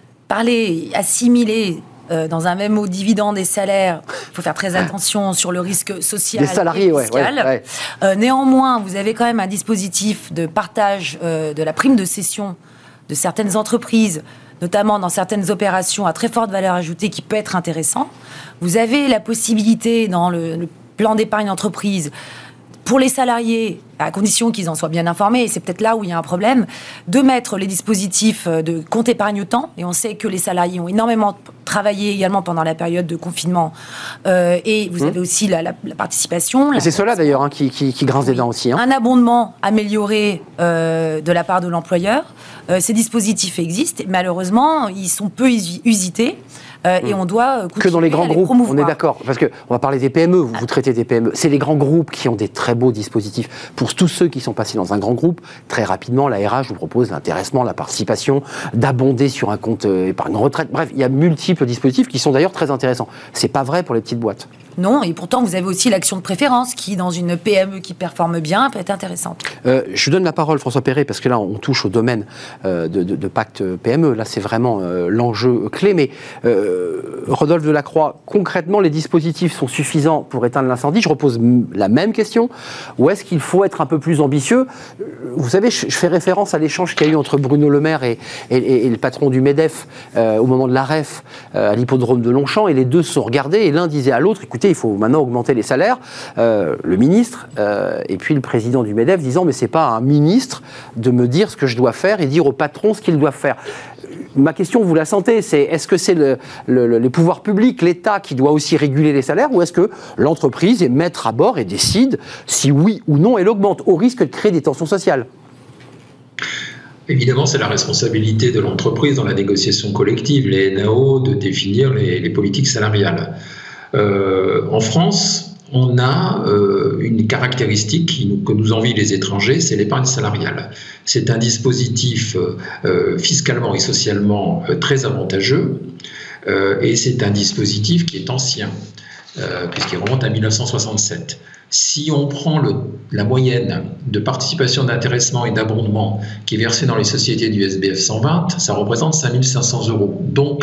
assimiler dans un même mot dividende et salaire, il faut faire très attention sur le risque social des salariés, et fiscal. Néanmoins, vous avez quand même un dispositif de partage de la prime de cession de certaines entreprises, notamment dans certaines opérations à très forte valeur ajoutée, qui peut être intéressant. Vous avez la possibilité dans le plan d'épargne entreprise pour les salariés, à condition qu'ils en soient bien informés, et c'est peut-être là où il y a un problème, de mettre les dispositifs de compte épargne-temps, et on sait que les salariés ont énormément travaillé également pendant la période de confinement, et vous avez aussi la participation. C'est cela d'ailleurs qui grince des dents aussi. Un abondement amélioré de la part de l'employeur. Ces dispositifs existent, malheureusement, ils sont peu usités. Et on doit que dans les grands groupes, on est d'accord, parce qu'on va parler des PME, vous traitez des PME, c'est les grands groupes qui ont des très beaux dispositifs. Pour tous ceux qui sont passés dans un grand groupe, très rapidement, la RH vous propose l'intéressement, la participation, d'abonder sur un compte épargne retraite. Bref, il y a multiples dispositifs qui sont d'ailleurs très intéressants. C'est pas vrai pour les petites boîtes. Non, et pourtant vous avez aussi l'action de préférence qui, dans une PME qui performe bien, peut être intéressante. Je vous donne la parole, François Perret, parce que là on touche au domaine de pacte PME. Là c'est vraiment l'enjeu clé. Mais Rodolphe Delacroix, concrètement, les dispositifs sont suffisants pour éteindre l'incendie? Je repose la même question. Ou est-ce qu'il faut être un peu plus ambitieux? Vous savez, je fais référence à l'échange qu'il y a eu entre Bruno Le Maire et le patron du MEDEF au moment de la REF à l'hippodrome de Longchamp, et les deux se sont regardés et l'un disait à l'autre, écoutez, il faut maintenant augmenter les salaires, le ministre et puis le président du MEDEF disant, mais c'est pas à un ministre de me dire ce que je dois faire et dire au patron ce qu'il doit faire. Ma question, vous la sentez, c'est est-ce que c'est les pouvoirs publics, l'État qui doit aussi réguler les salaires, ou est-ce que l'entreprise est maître à bord et décide si oui ou non elle augmente, au risque de créer des tensions sociales? Évidemment, c'est la responsabilité de l'entreprise dans la négociation collective, les NAO, de définir les politiques salariales. En France, on a une caractéristique que nous envient les étrangers, c'est l'épargne salariale. C'est un dispositif fiscalement et socialement très avantageux, et c'est un dispositif qui est ancien, puisqu'il remonte à 1967. Si on prend la moyenne de participation, d'intéressement et d'abondement qui est versée dans les sociétés du SBF 120, ça représente 5 500 €. Donc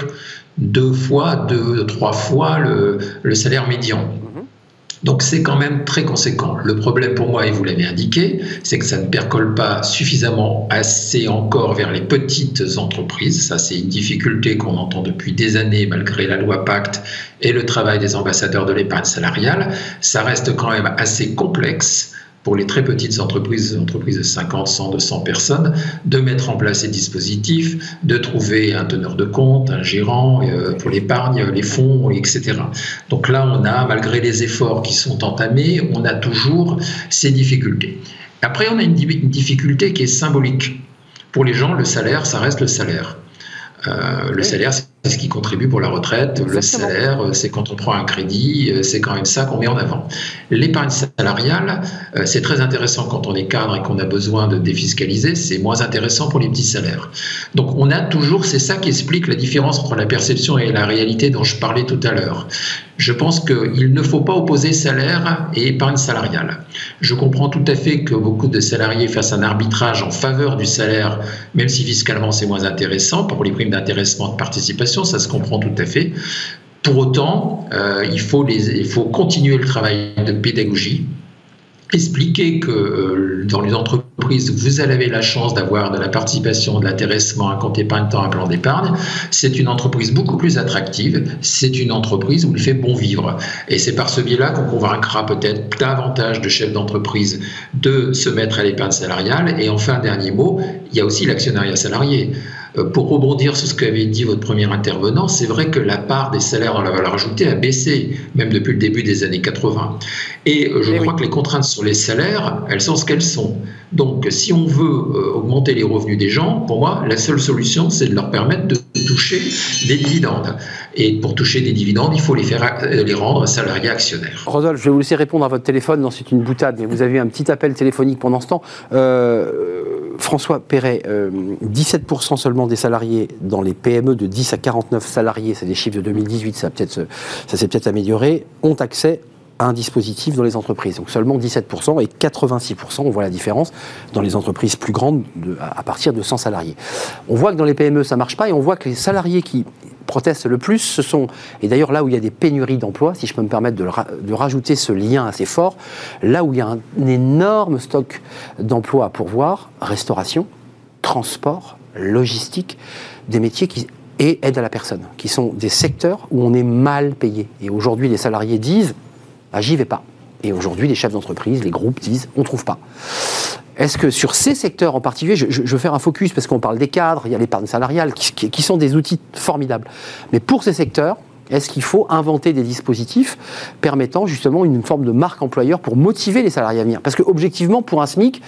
3 fois le salaire médian. Donc c'est quand même très conséquent. Le problème pour moi, et vous l'avez indiqué, c'est que ça ne percole pas suffisamment assez encore vers les petites entreprises. Ça, c'est une difficulté qu'on entend depuis des années, malgré la loi Pacte et le travail des ambassadeurs de l'épargne salariale. Ça reste quand même assez complexe pour les très petites entreprises de 50, 100, 200 personnes, de mettre en place ces dispositifs, de trouver un teneur de compte, un gérant pour l'épargne, les fonds, etc. Donc là, on a, malgré les efforts qui sont entamés, on a toujours ces difficultés. Après, on a une difficulté qui est symbolique. Pour les gens, le salaire, ça reste le salaire. Le salaire, c'est ce qui contribue pour la retraite. Exactement. Le salaire, c'est quand on prend un crédit, c'est quand même ça qu'on met en avant. L'épargne salariale, c'est très intéressant quand on est cadre et qu'on a besoin de défiscaliser, c'est moins intéressant pour les petits salaires. Donc on a toujours, c'est ça qui explique la différence entre la perception et la réalité dont je parlais tout à l'heure. Je pense qu'il ne faut pas opposer salaire et épargne salariale. Je comprends tout à fait que beaucoup de salariés fassent un arbitrage en faveur du salaire, même si fiscalement c'est moins intéressant, pour les primes d'intéressement de participation, ça se comprend tout à fait. Pour autant, il faut continuer le travail de pédagogie, expliquer que dans les entreprises, vous avez la chance d'avoir de la participation, de l'intéressement, un compte épargne-temps, un plan d'épargne. C'est une entreprise beaucoup plus attractive. C'est une entreprise où il fait bon vivre. Et c'est par ce biais-là qu'on convaincra peut-être davantage de chefs d'entreprise de se mettre à l'épargne salariale. Et enfin, dernier mot, il y a aussi l'actionnariat salarié. Pour rebondir sur ce qu'avait dit votre premier intervenant, c'est vrai que la part des salaires dans la valeur ajoutée a baissé, même depuis le début des années 80. Et je crois que les contraintes sur les salaires, elles sont ce qu'elles sont. Donc, si on veut augmenter les revenus des gens, pour moi, la seule solution, c'est de leur permettre de toucher des dividendes. Et pour toucher des dividendes, il faut les rendre salariés actionnaires. Rodolphe, je vais vous laisser répondre à votre téléphone. Non, c'est une boutade, mais vous avez eu un petit appel téléphonique pendant ce temps. François Perret, 17% seulement des salariés dans les PME de 10 à 49 salariés, c'est des chiffres de 2018, ça s'est peut-être amélioré, ont accès à un dispositif dans les entreprises. Donc seulement 17% et 86%, on voit la différence, dans les entreprises plus grandes à partir de 100 salariés. On voit que dans les PME, ça ne marche pas et on voit que les salariés qui protestent le plus, ce sont, et d'ailleurs là où il y a des pénuries d'emplois, si je peux me permettre de rajouter ce lien assez fort, là où il y a un énorme stock d'emplois à pourvoir, restauration, transport, logistique, des métiers et aide à la personne, qui sont des secteurs où on est mal payé. Et aujourd'hui, les salariés disent j'y vais pas. Et aujourd'hui, les chefs d'entreprise, les groupes disent on trouve pas. Est-ce que sur ces secteurs en particulier, je veux faire un focus parce qu'on parle des cadres, il y a l'épargne salariale qui sont des outils formidables. Mais pour ces secteurs, est-ce qu'il faut inventer des dispositifs permettant justement une forme de marque employeur pour motiver les salariés à venir ? Parce que objectivement, pour un SMIC,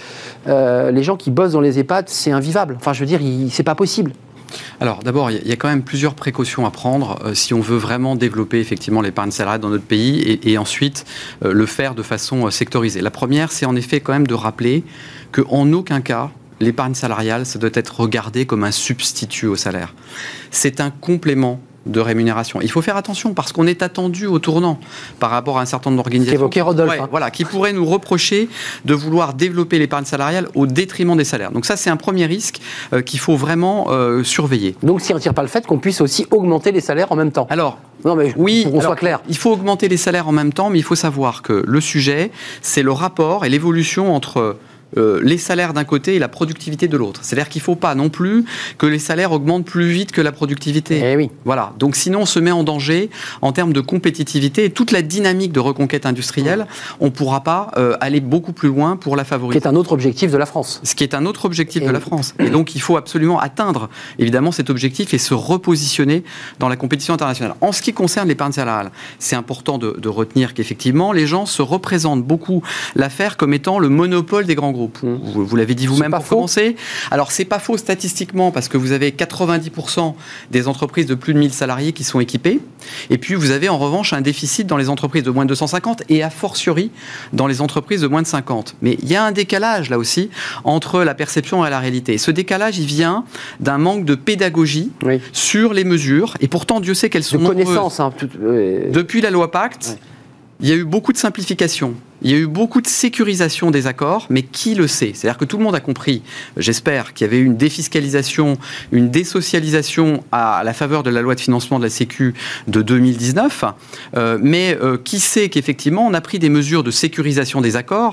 les gens qui bossent dans les EHPAD, c'est invivable. Enfin, je veux dire, c'est pas possible. Alors d'abord, il y a quand même plusieurs précautions à prendre si on veut vraiment développer effectivement l'épargne salariale dans notre pays et ensuite le faire de façon sectorisée. La première, c'est en effet quand même de rappeler qu'en aucun cas, l'épargne salariale, ça doit être regardé comme un substitut au salaire. C'est un complément de rémunération. Il faut faire attention parce qu'on est attendu au tournant par rapport à un certain nombre d'organisations évoqué Rodolphe, voilà, qui pourraient nous reprocher de vouloir développer l'épargne salariale au détriment des salaires. Donc ça, c'est un premier risque qu'il faut vraiment surveiller. Donc si on ne retire pas le fait qu'on puisse aussi augmenter les salaires en même temps. Alors, non, mais oui, pour qu'on soit clair. Il faut augmenter les salaires en même temps, mais il faut savoir que le sujet, c'est le rapport et l'évolution entre les salaires d'un côté et la productivité de l'autre. C'est-à-dire qu'il ne faut pas non plus que les salaires augmentent plus vite que la productivité. Eh oui. Voilà. Donc sinon, on se met en danger en termes de compétitivité et toute la dynamique de reconquête industrielle, on ne pourra pas aller beaucoup plus loin pour la favoriser. Ce qui est un autre objectif de la France. Ce qui est un autre objectif de la France. Et donc, il faut absolument atteindre, évidemment, cet objectif et se repositionner dans la compétition internationale. En ce qui concerne l'épargne salariale, c'est important de retenir qu'effectivement, les gens se représentent beaucoup l'affaire comme étant le monopole des grands groupes. Vous l'avez dit vous-même pour commencer. Alors, c'est pas faux statistiquement parce que vous avez 90% des entreprises de plus de 1000 salariés qui sont équipées. Et puis, vous avez en revanche un déficit dans les entreprises de moins de 250 et a fortiori dans les entreprises de moins de 50. Mais il y a un décalage là aussi entre la perception et la réalité. Et ce décalage, il vient d'un manque de pédagogie sur les mesures. Et pourtant, Dieu sait qu'elles sont nombreuses. Connaissance, Depuis la loi Pacte, il y a eu beaucoup de simplification. Il y a eu beaucoup de sécurisation des accords, mais qui le sait ? C'est-à-dire que tout le monde a compris, j'espère, qu'il y avait eu une défiscalisation, une désocialisation à la faveur de la loi de financement de la Sécu de 2019, mais qui sait qu'effectivement, on a pris des mesures de sécurisation des accords.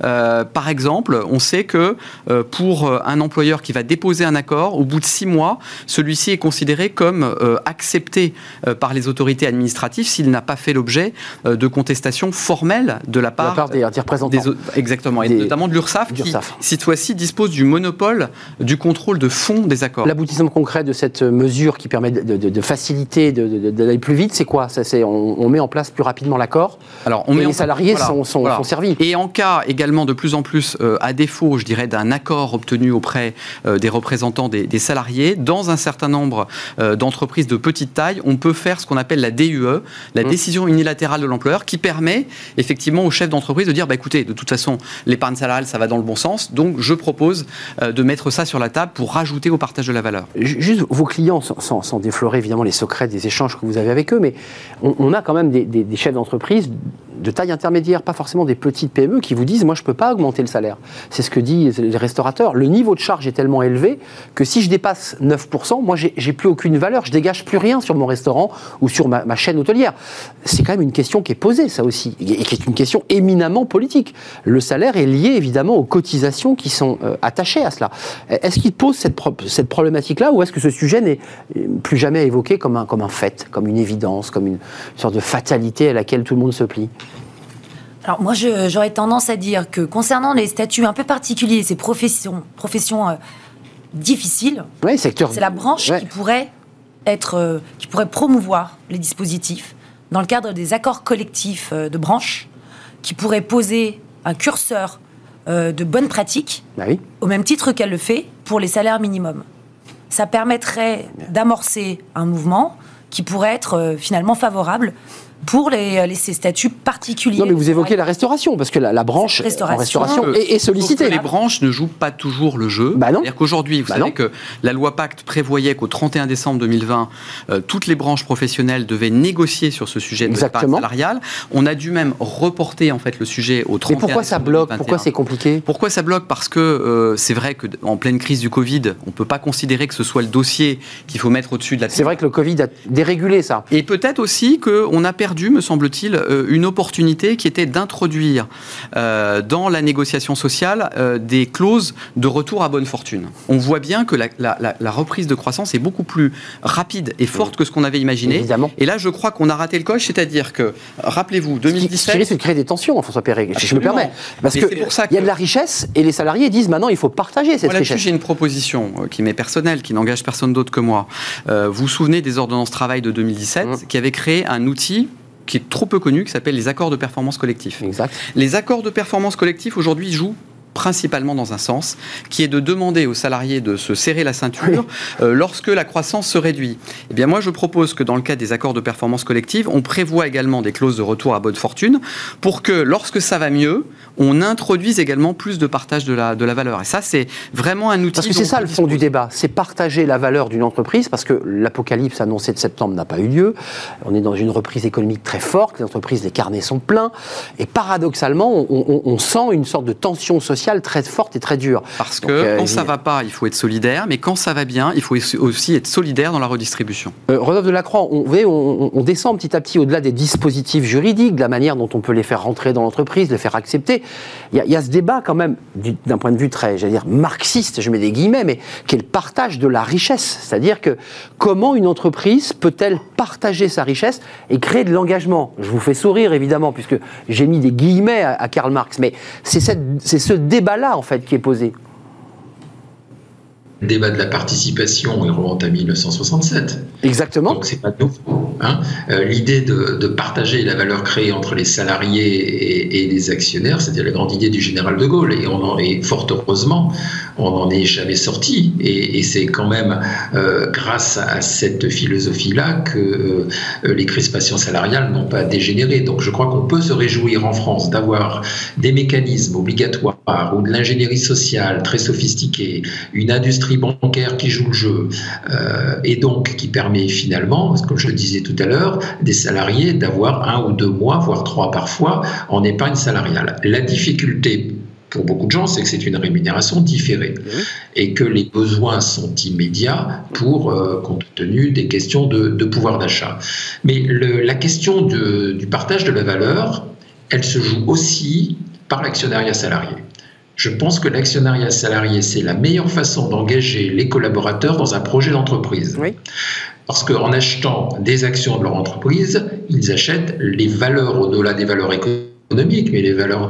Par exemple, on sait que pour un employeur qui va déposer un accord, au bout de 6 mois, celui-ci est considéré comme accepté par les autorités administratives s'il n'a pas fait l'objet de contestations formelles de la part des représentants. Exactement, et notamment de l'URSSAF qui, cette fois-ci, dispose du monopole du contrôle de fond des accords. L'aboutissement concret de cette mesure qui permet de faciliter, d'aller plus vite, c'est quoi ? On met en place plus rapidement l'accord, et les salariés sont servis. Et en cas également de plus en plus, à défaut, je dirais, d'un accord obtenu auprès des représentants des salariés, dans un certain nombre d'entreprises de petite taille, on peut faire ce qu'on appelle la DUE, la décision unilatérale de l'employeur, qui permet effectivement au chef d'entreprise de dire, écoutez, de toute façon, l'épargne salariale, ça va dans le bon sens, donc je propose de mettre ça sur la table pour rajouter au partage de la valeur. Juste vos clients, sans déflorer évidemment les secrets des échanges que vous avez avec eux, mais on a quand même des chefs d'entreprise de taille intermédiaire, pas forcément des petites PME, qui vous disent, moi je ne peux pas augmenter le salaire. C'est ce que disent les restaurateurs. Le niveau de charge est tellement élevé que si je dépasse 9%, moi j'ai plus aucune valeur, je dégage plus rien sur mon restaurant ou sur ma chaîne hôtelière. C'est quand même une question qui est posée, ça aussi, et qui est une question éminemment politique. Le salaire est lié évidemment aux cotisations qui sont attachées à cela. Est-ce qu'il pose cette problématique-là, ou est-ce que ce sujet n'est plus jamais évoqué comme un fait, comme une évidence, comme une sorte de fatalité à laquelle tout le monde se plie ? Alors moi, j'aurais tendance à dire que concernant les statuts un peu particuliers, ces professions difficile, secteur... c'est la branche qui pourrait promouvoir les dispositifs dans le cadre des accords collectifs de branche, qui pourrait poser un curseur de bonnes pratiques, au même titre qu'elle le fait pour les salaires minimums. Ça permettrait d'amorcer un mouvement qui pourrait être finalement favorable pour ces statuts particuliers. Non, mais vous évoquez la restauration, parce que la branche en restauration est sollicitée. Les branches ne jouent pas toujours le jeu. C'est-à-dire qu'aujourd'hui, vous savez que la loi Pacte prévoyait qu'au 31 décembre 2020, toutes les branches professionnelles devaient négocier sur ce sujet de l'épargne salariale. On a dû même reporter en fait le sujet au 31 décembre. Mais pourquoi ça bloque ? Pourquoi c'est compliqué ? Pourquoi ça bloque ? Parce que c'est vrai qu'en pleine crise du Covid, on ne peut pas considérer que ce soit le dossier qu'il faut mettre au-dessus de la table. C'est vrai que le Covid a dérégulé ça. Et peut-être aussi qu'on a perdu, me semble-t-il, une opportunité qui était d'introduire dans la négociation sociale des clauses de retour à bonne fortune. On voit bien que la reprise de croissance est beaucoup plus rapide et forte que ce qu'on avait imaginé. Évidemment. Et là, je crois qu'on a raté le coche, c'est-à-dire que, rappelez-vous, 2017... Ce qui risque de créer des tensions, François Perret, si je me permets. Parce qu'il y a de la richesse et les salariés disent maintenant il faut partager cette richesse. J'ai une proposition qui m'est personnelle, qui n'engage personne d'autre que moi. Vous vous souvenez des ordonnances travail de 2017 qui avaient créé un outil qui est trop peu connu, qui s'appelle les accords de performance collectif. Exact. Les accords de performance collectif, aujourd'hui, jouent principalement dans un sens, qui est de demander aux salariés de se serrer la ceinture lorsque la croissance se réduit. Eh bien, moi, je propose que dans le cadre des accords de performance collective, on prévoit également des clauses de retour à bonne fortune pour que, lorsque ça va mieux, on introduise également plus de partage de la valeur. Et ça, c'est vraiment un outil... Parce que c'est ça le fond du débat, c'est partager la valeur d'une entreprise, parce que l'apocalypse annoncée de septembre n'a pas eu lieu. On est dans une reprise économique très forte, les entreprises, les carnets sont pleins, et paradoxalement, on sent une sorte de tension sociale très forte et très dure. Parce que quand ça va pas, il faut être solidaire, mais quand ça va bien, il faut aussi être solidaire dans la redistribution. Rodolphe Delacroix, on descend petit à petit au-delà des dispositifs juridiques, de la manière dont on peut les faire rentrer dans l'entreprise, les faire accepter. Il y a ce débat quand même, d'un point de vue très, j'allais dire, marxiste, je mets des guillemets, mais qui est le partage de la richesse. C'est-à-dire que comment une entreprise peut-elle partager sa richesse et créer de l'engagement ? Je vous fais sourire, évidemment, puisque j'ai mis des guillemets à Karl Marx, mais c'est ce débat-là, en fait, qui est posé. Le débat de la participation, il remonte à 1967. Exactement. Donc c'est pas nouveau. L'idée de partager la valeur créée entre les salariés et les actionnaires, c'était la grande idée du général de Gaulle. Et fort heureusement, on n'en est jamais sorti. Et c'est quand même grâce à cette philosophie-là que les crispations salariales n'ont pas dégénéré. Donc je crois qu'on peut se réjouir en France d'avoir des mécanismes obligatoires ou de l'ingénierie sociale très sophistiquée, une industrie bancaire qui joue le jeu et donc qui permet finalement, comme je le disais tout à l'heure, des salariés d'avoir 1 ou 2 mois, voire 3 parfois, en épargne salariale. La difficulté pour beaucoup de gens, c'est que c'est une rémunération différée et que les besoins sont immédiats compte tenu des questions de pouvoir d'achat. Mais la question du partage de la valeur, elle se joue aussi par l'actionnariat salarié. Je pense que l'actionnariat salarié, c'est la meilleure façon d'engager les collaborateurs dans un projet d'entreprise. Oui. Parce qu'en achetant des actions de leur entreprise, ils achètent les valeurs au-delà des valeurs économiques, mais les valeurs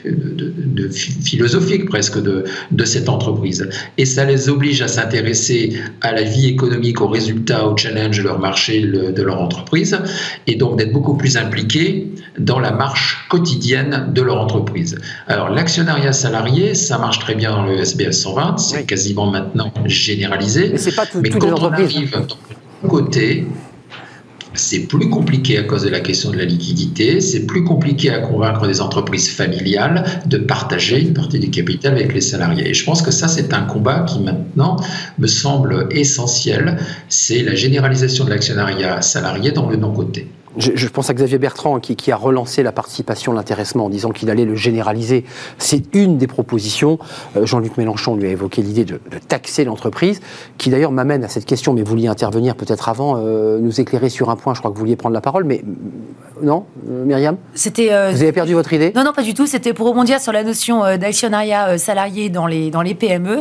philosophiques presque de cette entreprise. Et ça les oblige à s'intéresser à la vie économique, aux résultats, aux challenges de leur marché, de leur entreprise, et donc d'être beaucoup plus impliqués dans la marche quotidienne de leur entreprise. Alors l'actionnariat salarié, ça marche très bien dans le SBS 120, c'est quasiment maintenant généralisé. Mais c'est pas mais toutes quand les on entreprises. arrive de côté, c'est plus compliqué à cause de la question de la liquidité, c'est plus compliqué à convaincre des entreprises familiales de partager une partie du capital avec les salariés. Et je pense que ça, c'est un combat qui maintenant me semble essentiel, c'est la généralisation de l'actionnariat salarié dans le non-coté. Je pense à Xavier Bertrand qui a relancé la participation, l'intéressement en disant qu'il allait le généraliser. C'est une des propositions. Jean-Luc Mélenchon lui a évoqué l'idée de taxer l'entreprise, qui d'ailleurs m'amène à cette question, mais vous vouliez intervenir peut-être avant, nous éclairer sur un point, je crois que vous vouliez prendre la parole, mais non, Myriam ? Vous avez perdu votre idée ? Non, pas du tout. C'était pour rebondir sur la notion d'actionnariat salarié dans les PME.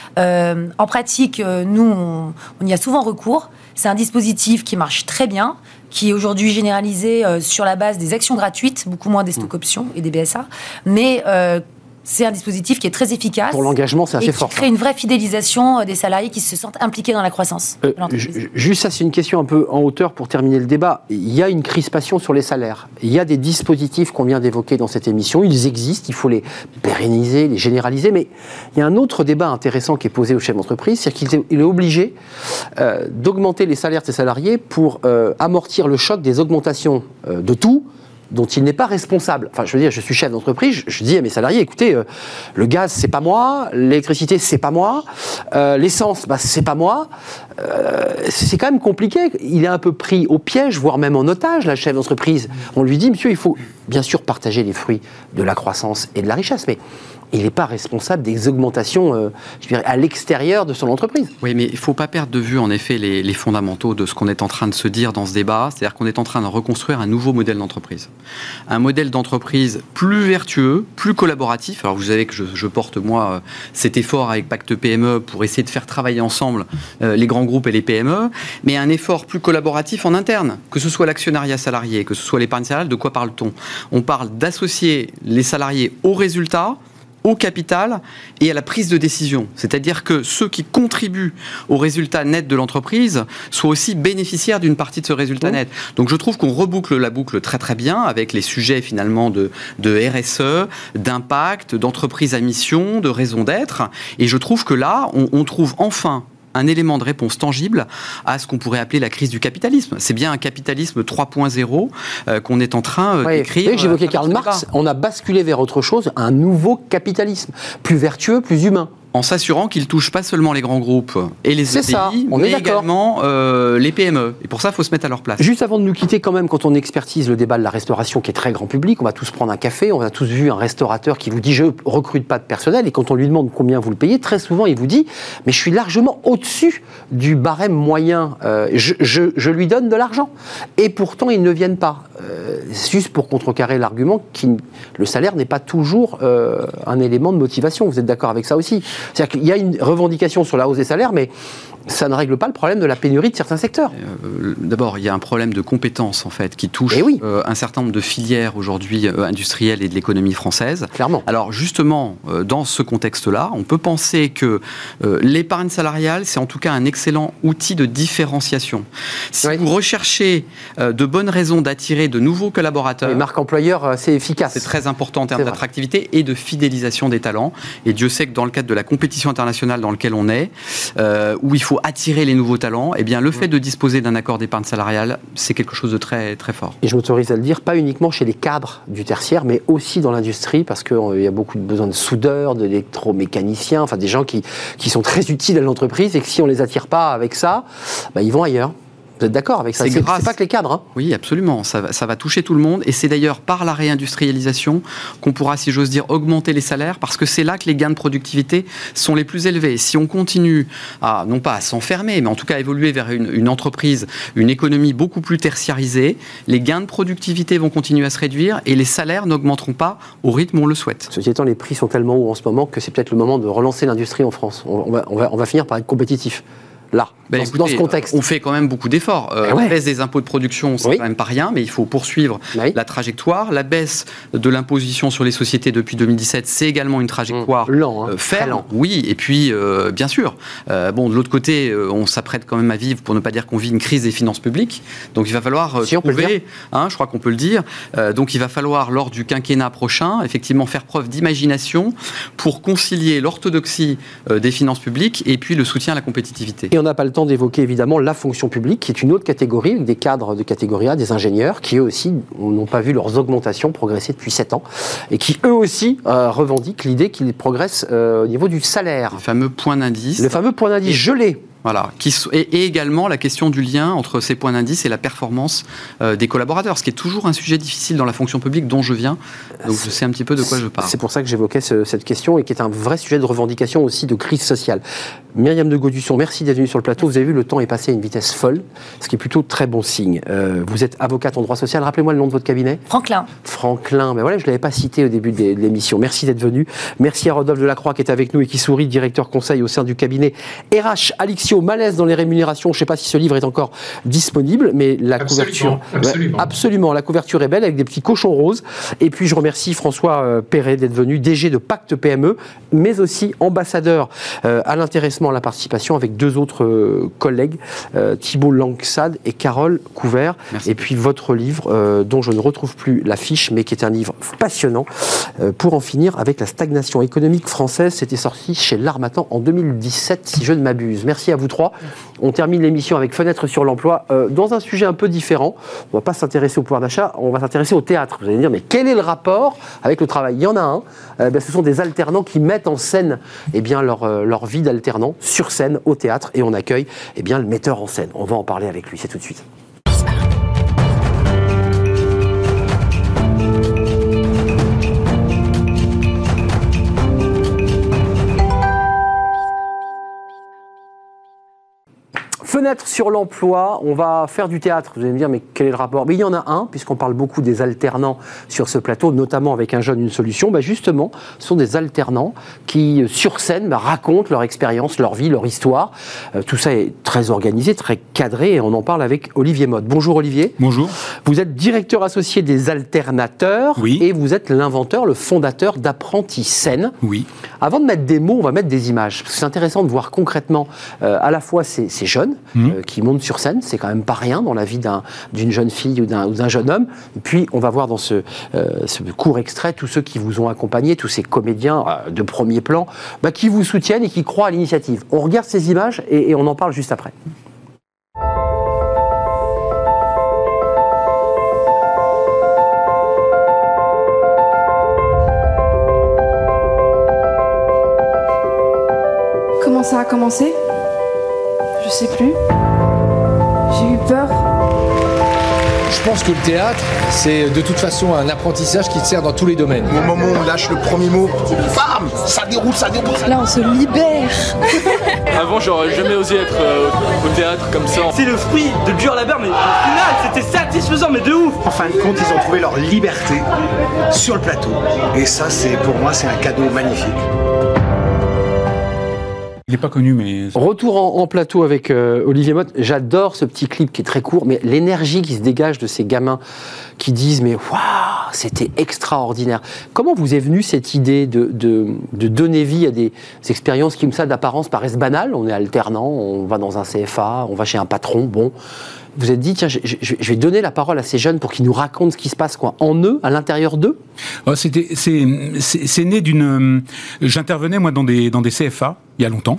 En pratique, nous, on y a souvent recours. C'est un dispositif qui marche très bien, qui est aujourd'hui généralisé sur la base des actions gratuites, beaucoup moins des stock options et des BSA, mais c'est un dispositif qui est très efficace. Pour l'engagement, c'est assez fort. Et qui crée une vraie fidélisation des salariés qui se sentent impliqués dans la croissance de l'entreprise. Juste ça, c'est une question un peu en hauteur pour terminer le débat. Il y a une crispation sur les salaires. Il y a des dispositifs qu'on vient d'évoquer dans cette émission. Ils existent, il faut les pérenniser, les généraliser. Mais il y a un autre débat intéressant qui est posé au chef d'entreprise, c'est qu'il est obligé d'augmenter les salaires de ses salariés pour amortir le choc des augmentations de tout, dont il n'est pas responsable. Enfin, je veux dire, je suis chef d'entreprise, je dis à mes salariés, écoutez, le gaz, c'est pas moi, l'électricité, c'est pas moi, l'essence, c'est pas moi. C'est quand même compliqué. Il est un peu pris au piège, voire même en otage, la chef d'entreprise. On lui dit, monsieur, il faut bien sûr partager les fruits de la croissance et de la richesse, mais il n'est pas responsable des augmentations je dirais, à l'extérieur de son entreprise. Oui, mais il ne faut pas perdre de vue, en effet, les fondamentaux de ce qu'on est en train de se dire dans ce débat. C'est-à-dire qu'on est en train de reconstruire un nouveau modèle d'entreprise. Un modèle d'entreprise plus vertueux, plus collaboratif. Alors, vous savez que je porte, moi, cet effort avec Pacte PME pour essayer de faire travailler ensemble les grands groupes et les PME, mais un effort plus collaboratif en interne, que ce soit l'actionnariat salarié, que ce soit l'épargne salariale. De quoi parle-t-on ? On parle d'associer les salariés aux résultats, au capital et à la prise de décision. C'est-à-dire que ceux qui contribuent au résultat net de l'entreprise soient aussi bénéficiaires d'une partie de ce résultat net. Donc je trouve qu'on reboucle la boucle très très bien avec les sujets finalement de RSE, d'impact, d'entreprise à mission, de raison d'être. Et je trouve que là, on trouve enfin un élément de réponse tangible à ce qu'on pourrait appeler la crise du capitalisme. C'est bien un capitalisme 3.0 qu'on est en train d'écrire. J'évoquais Karl Marx, on a basculé vers autre chose, un nouveau capitalisme, plus vertueux, plus humain. En s'assurant qu'il ne touche pas seulement les grands groupes et les ETI, mais également les PME. Et pour ça, il faut se mettre à leur place. Juste avant de nous quitter, quand même, quand on expertise le débat de la restauration qui est très grand public, on va tous prendre un café, on a tous vu un restaurateur qui vous dit « je ne recrute pas de personnel » et quand on lui demande combien vous le payez, très souvent il vous dit « mais je suis largement au-dessus du barème moyen, je lui donne de l'argent ». Et pourtant, ils ne viennent pas. Juste pour contrecarrer l'argument, le salaire n'est pas toujours un élément de motivation. Vous êtes d'accord avec ça aussi ? C'est-à-dire qu'il y a une revendication sur la hausse des salaires, mais ça ne règle pas le problème de la pénurie de certains secteurs. D'abord, il y a un problème de compétences, en fait, qui touche un certain nombre de filières aujourd'hui industrielles et de l'économie française. Clairement. Alors, justement, dans ce contexte-là, on peut penser que l'épargne salariale, c'est en tout cas un excellent outil de différenciation. Si vous recherchez de bonnes raisons d'attirer de nouveaux collaborateurs... Les marques employeurs, c'est efficace. C'est très important en termes d'attractivité et de fidélisation des talents. Et Dieu sait que dans le cadre de la compétition internationale dans laquelle on est, où il faut attirer les nouveaux talents, eh bien, le fait de disposer d'un accord d'épargne salariale, c'est quelque chose de très, très fort. Et je m'autorise à le dire, pas uniquement chez les cadres du tertiaire, mais aussi dans l'industrie, parce qu'il y a beaucoup de besoin de soudeurs, d'électromécaniciens, enfin des gens qui sont très utiles à l'entreprise et que si on ne les attire pas avec ça, ils vont ailleurs. Vous êtes d'accord avec ça ? C'est pas que les cadres. Hein. Oui, absolument. Ça va toucher tout le monde. Et c'est d'ailleurs par la réindustrialisation qu'on pourra, si j'ose dire, augmenter les salaires, parce que c'est là que les gains de productivité sont les plus élevés. Si on continue à, non pas à s'enfermer, mais en tout cas à évoluer vers une entreprise, une économie beaucoup plus tertiarisée, les gains de productivité vont continuer à se réduire et les salaires n'augmenteront pas au rythme où on le souhaite. Ceci étant, les prix sont tellement hauts en ce moment que c'est peut-être le moment de relancer l'industrie en France. On va finir par être compétitif. Là, dans ce contexte. On fait quand même beaucoup d'efforts. La baisse des impôts de production, c'est quand même pas rien, mais il faut poursuivre la trajectoire. La baisse de l'imposition sur les sociétés depuis 2017, c'est également une trajectoire ferme. Oui, et puis, bien sûr, de l'autre côté, on s'apprête quand même à vivre, pour ne pas dire qu'on vit une crise des finances publiques. Donc, il va falloir trouver, je crois qu'on peut le dire, donc il va falloir, lors du quinquennat prochain, effectivement, faire preuve d'imagination pour concilier l'orthodoxie des finances publiques et puis le soutien à la compétitivité. Et on n'a pas le temps d'évoquer évidemment la fonction publique, qui est une autre catégorie, avec des cadres de catégorie A, des ingénieurs, qui eux aussi n'ont pas vu leurs augmentations progresser depuis 7 ans, et qui eux aussi revendiquent l'idée qu'ils progressent au niveau du salaire. Le fameux point d'indice. Le fameux point d'indice, je l'ai. Voilà, et également la question du lien entre ces points d'indice et la performance des collaborateurs, ce qui est toujours un sujet difficile dans la fonction publique dont je viens, donc je sais un petit peu de quoi je parle. C'est pour ça que j'évoquais cette question et qui est un vrai sujet de revendication aussi de crise sociale. Myriam de Gaudusson, merci d'être venue sur le plateau. Vous avez vu, le temps est passé à une vitesse folle, ce qui est plutôt très bon signe. Vous êtes avocate en droit social, rappelez-moi le nom de votre cabinet. Franklin, mais voilà, je ne l'avais pas cité au début de l'émission. Merci d'être venu. Merci à Rodolphe Delacroix qui est avec nous et qui sourit, directeur conseil au sein du cabinet RH Alixion aussi au malaise dans les rémunérations. Je ne sais pas si ce livre est encore disponible, mais la couverture... Absolument, la couverture est belle avec des petits cochons roses. Et puis je remercie François Perret d'être venu, DG de Pacte PME, mais aussi ambassadeur à l'intéressement, à la participation avec deux autres collègues, Thibault Langsad et Carole Couvert. Merci. Et puis votre livre, dont je ne retrouve plus l'affiche, mais qui est un livre passionnant, pour en finir avec la stagnation économique française. C'était sorti chez L'Harmattan en 2017, si je ne m'abuse. Merci à vous trois. On termine l'émission avec Fenêtre sur l'emploi, dans un sujet un peu différent. On ne va pas s'intéresser au pouvoir d'achat, on va s'intéresser au théâtre. Vous allez me dire, mais quel est le rapport avec le travail ? Il y en a un. Ce sont des alternants qui mettent en scène leur vie d'alternant sur scène au théâtre, et on accueille le metteur en scène. On va en parler avec lui, c'est tout de suite. Fenêtre sur l'emploi, on va faire du théâtre. Vous allez me dire, mais quel est le rapport ? Mais il y en a un, puisqu'on parle beaucoup des alternants sur ce plateau, notamment avec Un jeune, une solution. Justement, ce sont des alternants qui, sur scène, racontent leur expérience, leur vie, leur histoire. Tout ça est très organisé, très cadré, et on en parle avec Olivier Motte. Bonjour Olivier. Bonjour. Vous êtes directeur associé des alternateurs, oui. Et vous êtes l'inventeur, le fondateur d'Apprenti Scène. Oui. Avant de mettre des mots, on va mettre des images, parce que c'est intéressant de voir concrètement à la fois ces jeunes, qui montent sur scène, c'est quand même pas rien dans la vie d'une jeune fille ou d'un jeune homme. Et puis on va voir dans ce court extrait tous ceux qui vous ont accompagné, tous ces comédiens de premier plan, qui vous soutiennent et qui croient à l'initiative. On regarde ces images et on en parle juste après. Comment ça a commencé ? Je sais plus. J'ai eu peur. Je pense que le théâtre, c'est de toute façon un apprentissage qui te sert dans tous les domaines. Au moment où on lâche le premier mot, bam, ça déroule. Là, on se libère. Avant, j'aurais jamais osé être au théâtre comme ça. C'est le fruit de dur labeur, mais au final, c'était satisfaisant, mais de ouf. En fin de compte, ils ont trouvé leur liberté sur le plateau. Et ça, pour moi, c'est un cadeau magnifique. Il n'est pas connu, mais... Retour en plateau avec Olivier Motte. J'adore ce petit clip qui est très court, mais l'énergie qui se dégage de ces gamins qui disent « mais waouh, c'était extraordinaire ». Comment vous est venue cette idée de donner vie à des expériences qui, comme ça, d'apparence, paraissent banales ? On est alternant, on va dans un CFA, on va chez un patron, bon... Vous êtes dit, tiens, je vais donner la parole à ces jeunes pour qu'ils nous racontent ce qui se passe en eux, à l'intérieur d'eux. C'est né d'une... J'intervenais, moi, dans des CFA, il y a longtemps.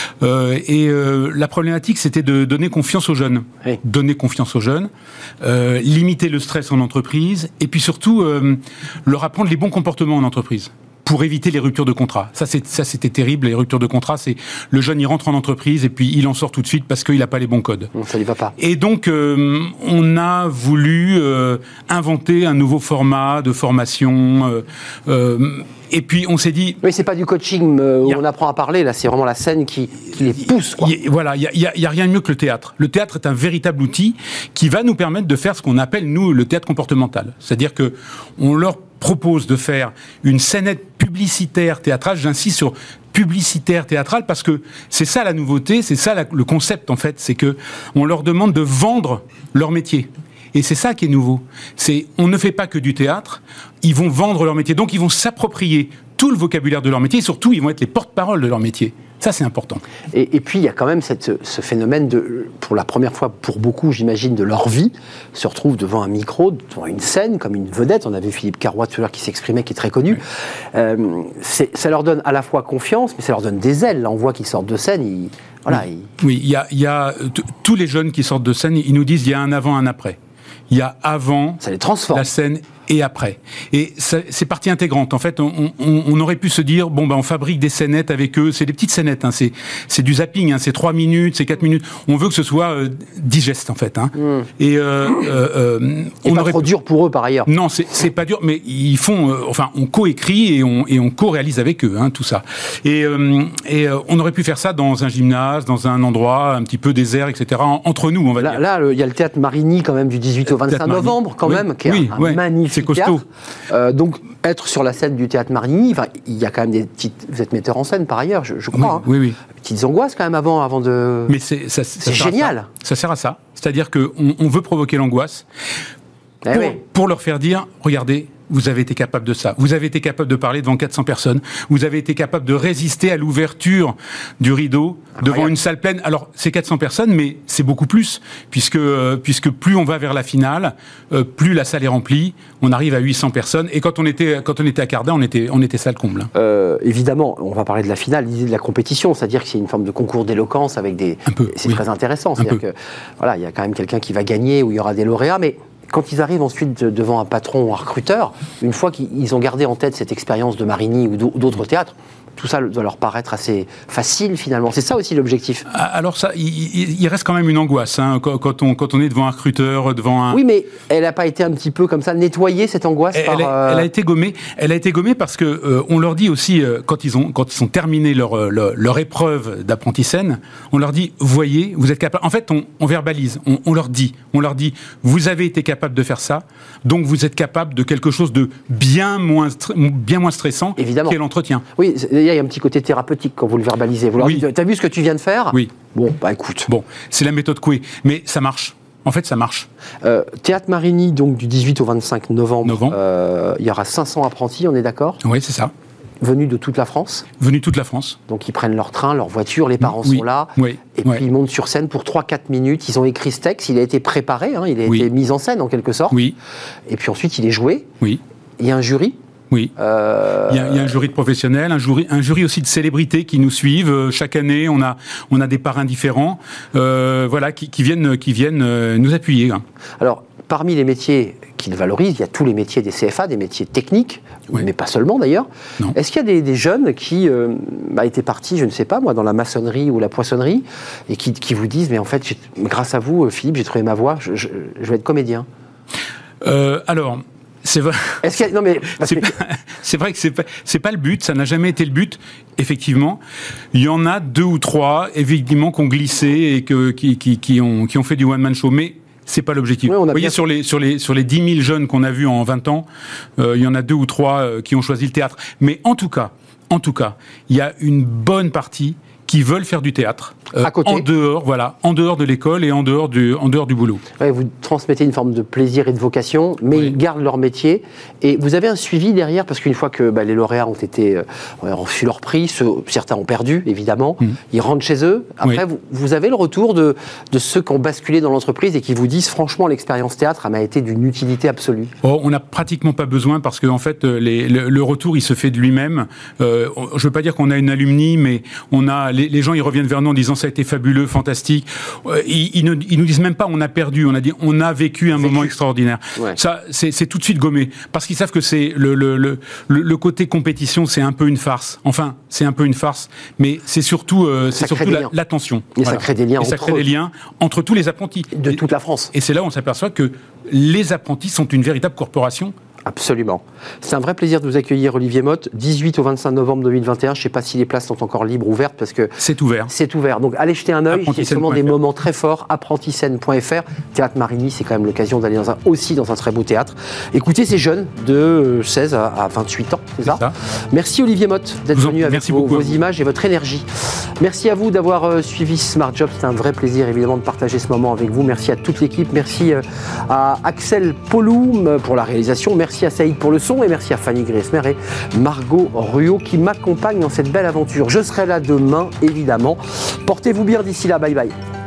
La problématique, c'était de donner confiance aux jeunes. Oui. Donner confiance aux jeunes, limiter le stress en entreprise, et puis surtout, leur apprendre les bons comportements en entreprise, pour éviter les ruptures de contrat. Ça, c'était terrible, les ruptures de contrat, c'est le jeune, il rentre en entreprise et puis il en sort tout de suite parce qu'il n'a pas les bons codes. Ça lui va pas. Et donc, on a voulu inventer un nouveau format de formation. Et puis, on s'est dit... Oui, c'est pas du coaching où on apprend à parler, là, c'est vraiment la scène qui les pousse, quoi. Voilà, il y a rien de mieux que le théâtre. Le théâtre est un véritable outil qui va nous permettre de faire ce qu'on appelle, nous, le théâtre comportemental. C'est-à-dire que on leur propose de faire une scénette publicitaire théâtrale. J'insiste sur publicitaire théâtrale parce que c'est ça la nouveauté, c'est ça le concept en fait, c'est que on leur demande de vendre leur métier. Et c'est ça qui est nouveau. On ne fait pas que du théâtre, ils vont vendre leur métier. Donc ils vont s'approprier tout le vocabulaire de leur métier et surtout ils vont être les porte-parole de leur métier. Ça, c'est important. Et puis, il y a quand même ce phénomène pour la première fois, pour beaucoup, j'imagine, de leur vie, se retrouvent devant un micro, devant une scène, comme une vedette. On a vu Philippe Carrois tout à l'heure qui s'exprimait, qui est très connu. Oui. Ça leur donne à la fois confiance, mais ça leur donne des ailes. Là, on voit qu'ils sortent de scène. Oui, il y a tous les jeunes qui sortent de scène, ils nous disent il y a un avant, un après. Il y a avant ça les transforme. La scène et après. Et c'est partie intégrante. En fait, on aurait pu se dire, on fabrique des scénettes avec eux. C'est des petites scénettes, hein. C'est du zapping, hein. C'est 3 minutes, c'est 4 minutes. On veut que ce soit digeste, en fait. Hein. Et pas trop dur pour eux, par ailleurs. Non, c'est pas dur, mais ils font... on co-écrit et on co-réalise avec eux, hein, tout ça. Et on aurait pu faire ça dans un gymnase, dans un endroit un petit peu désert, etc., entre nous, on va dire. Là, il y a le théâtre Marigny, quand même, du 18 au 25 novembre, quand même, qui est un magnifique C'est costaud. Donc, être sur la scène du Théâtre Marigny, il y a quand même des petites... Vous êtes metteur en scène, par ailleurs, je crois. Oui. Petites angoisses, quand même, avant de... Mais c'est génial. Ça sert à ça. C'est-à-dire qu'on veut provoquer l'angoisse pour leur faire dire, regardez, vous avez été capable de ça. Vous avez été capable de parler devant 400 personnes. Vous avez été capable de résister à l'ouverture du rideau devant une salle pleine. Alors, c'est 400 personnes, mais c'est beaucoup plus, puisque plus on va vers la finale, plus la salle est remplie. On arrive à 800 personnes. Et quand on était à Cardin, on était salle comble. Évidemment, on va parler de la finale, l'idée de la compétition, c'est-à-dire que c'est une forme de concours d'éloquence avec des... C'est très intéressant. C'est-à-dire que, voilà, il y a quand même quelqu'un qui va gagner, où il y aura des lauréats, mais... Quand ils arrivent ensuite devant un patron ou un recruteur, une fois qu'ils ont gardé en tête cette expérience de Marigny ou d'autres théâtres, tout ça doit leur paraître assez facile finalement. C'est ça aussi l'objectif. Alors ça, il reste quand même une angoisse quand on est devant un recruteur, devant un... Oui, mais elle n'a pas été un petit peu comme ça nettoyée, cette angoisse Elle a été gommée. Elle a été gommée parce que on leur dit aussi quand ils ont terminé leur épreuve d'apprenti-scène, on leur dit voyez, vous êtes capable. En fait, on verbalise, on leur dit, vous avez été capable de faire ça, donc vous êtes capable de quelque chose de bien moins stressant qu'est l'entretien. Oui. Il y a un petit côté thérapeutique quand vous le verbalisez. Vous leur dites, t'as vu ce que tu viens de faire ? Oui. Bon, écoute. Bon, c'est la méthode Coué, mais ça marche. En fait, ça marche. Théâtre Marigny, donc du 18 au 25 novembre. Il y aura 500 apprentis, on est d'accord ? Oui, c'est ça. Venus de toute la France ? Venus de toute la France. Donc ils prennent leur train, leur voiture, les parents sont là. Oui. Et puis ils montent sur scène pour 3-4 minutes. Ils ont écrit ce texte, il a été préparé, il a été mis en scène en quelque sorte. Oui. Et puis ensuite il est joué. Oui. Il y a un jury. Oui. Il y a un jury de professionnels, un jury aussi de célébrités qui nous suivent. Chaque année, on a des parrains différents, qui viennent nous appuyer. Alors, parmi les métiers qu'ils valorisent, il y a tous les métiers des CFA, des métiers techniques, mais pas seulement d'ailleurs. Non. Est-ce qu'il y a des jeunes qui étaient partis, je ne sais pas moi, dans la maçonnerie ou la poissonnerie, et qui vous disent, mais en fait, grâce à vous, Philippe, j'ai trouvé ma voie, je vais être comédien. Alors. C'est vrai. C'est vrai que c'est pas le but, ça n'a jamais été le but. Effectivement, il y en a 2 ou 3 effectivement qui ont glissé et qui ont fait du one man show, mais c'est pas l'objectif. Vous voyez, sur les 10 000 jeunes qu'on a vus en 20 ans, il y en a 2 ou 3 qui ont choisi le théâtre. Mais en tout cas, il y a une bonne partie qui veulent faire du théâtre à côté. en dehors de l'école et en dehors du boulot. Ouais, vous transmettez une forme de plaisir et de vocation, mais ils gardent leur métier. Et vous avez un suivi derrière, parce qu'une fois que les lauréats ont reçu leur prix, certains ont perdu, évidemment, ils rentrent chez eux. Après, vous avez le retour de ceux qui ont basculé dans l'entreprise et qui vous disent, franchement, l'expérience théâtre m'a été d'une utilité absolue. On n'a pratiquement pas besoin, parce qu'en fait, le retour, il se fait de lui-même. Je ne veux pas dire qu'on a une alumni, mais on a... Les gens, ils reviennent vers nous en disant ça a été fabuleux, fantastique. Ils nous disent même pas on a perdu, on a dit on a vécu un moment extraordinaire. Ouais. Ça, c'est tout de suite gommé. Parce qu'ils savent que c'est le côté compétition, c'est un peu une farce. Enfin, c'est un peu une farce, mais c'est surtout l'attention. Et ça crée des liens. Et ça crée des liens entre tous les apprentis. De toute la France. Et c'est là où on s'aperçoit que les apprentis sont une véritable corporation. Absolument. C'est un vrai plaisir de vous accueillir, Olivier Motte. 18 au 25 novembre 2021. Je ne sais pas si les places sont encore libres, ouvertes, parce que... C'est ouvert. C'est ouvert. Donc, allez jeter un œil. C'est sûrement des moments très forts. Apprentisscène.fr. Théâtre Marigny, c'est quand même l'occasion d'aller aussi dans un très beau théâtre. Écoutez ces jeunes de 16 à 28 ans, c'est ça. Merci, Olivier Motte, d'être venu avec vos images et votre énergie. Merci à vous d'avoir suivi Smart Job. C'est un vrai plaisir, évidemment, de partager ce moment avec vous. Merci à toute l'équipe. Merci à Axel Poloum pour la réalisation. Merci à Saïd pour le son et merci à Fanny Griesmer et Margot Ruot qui m'accompagnent dans cette belle aventure. Je serai là demain, évidemment. Portez-vous bien d'ici là. Bye bye.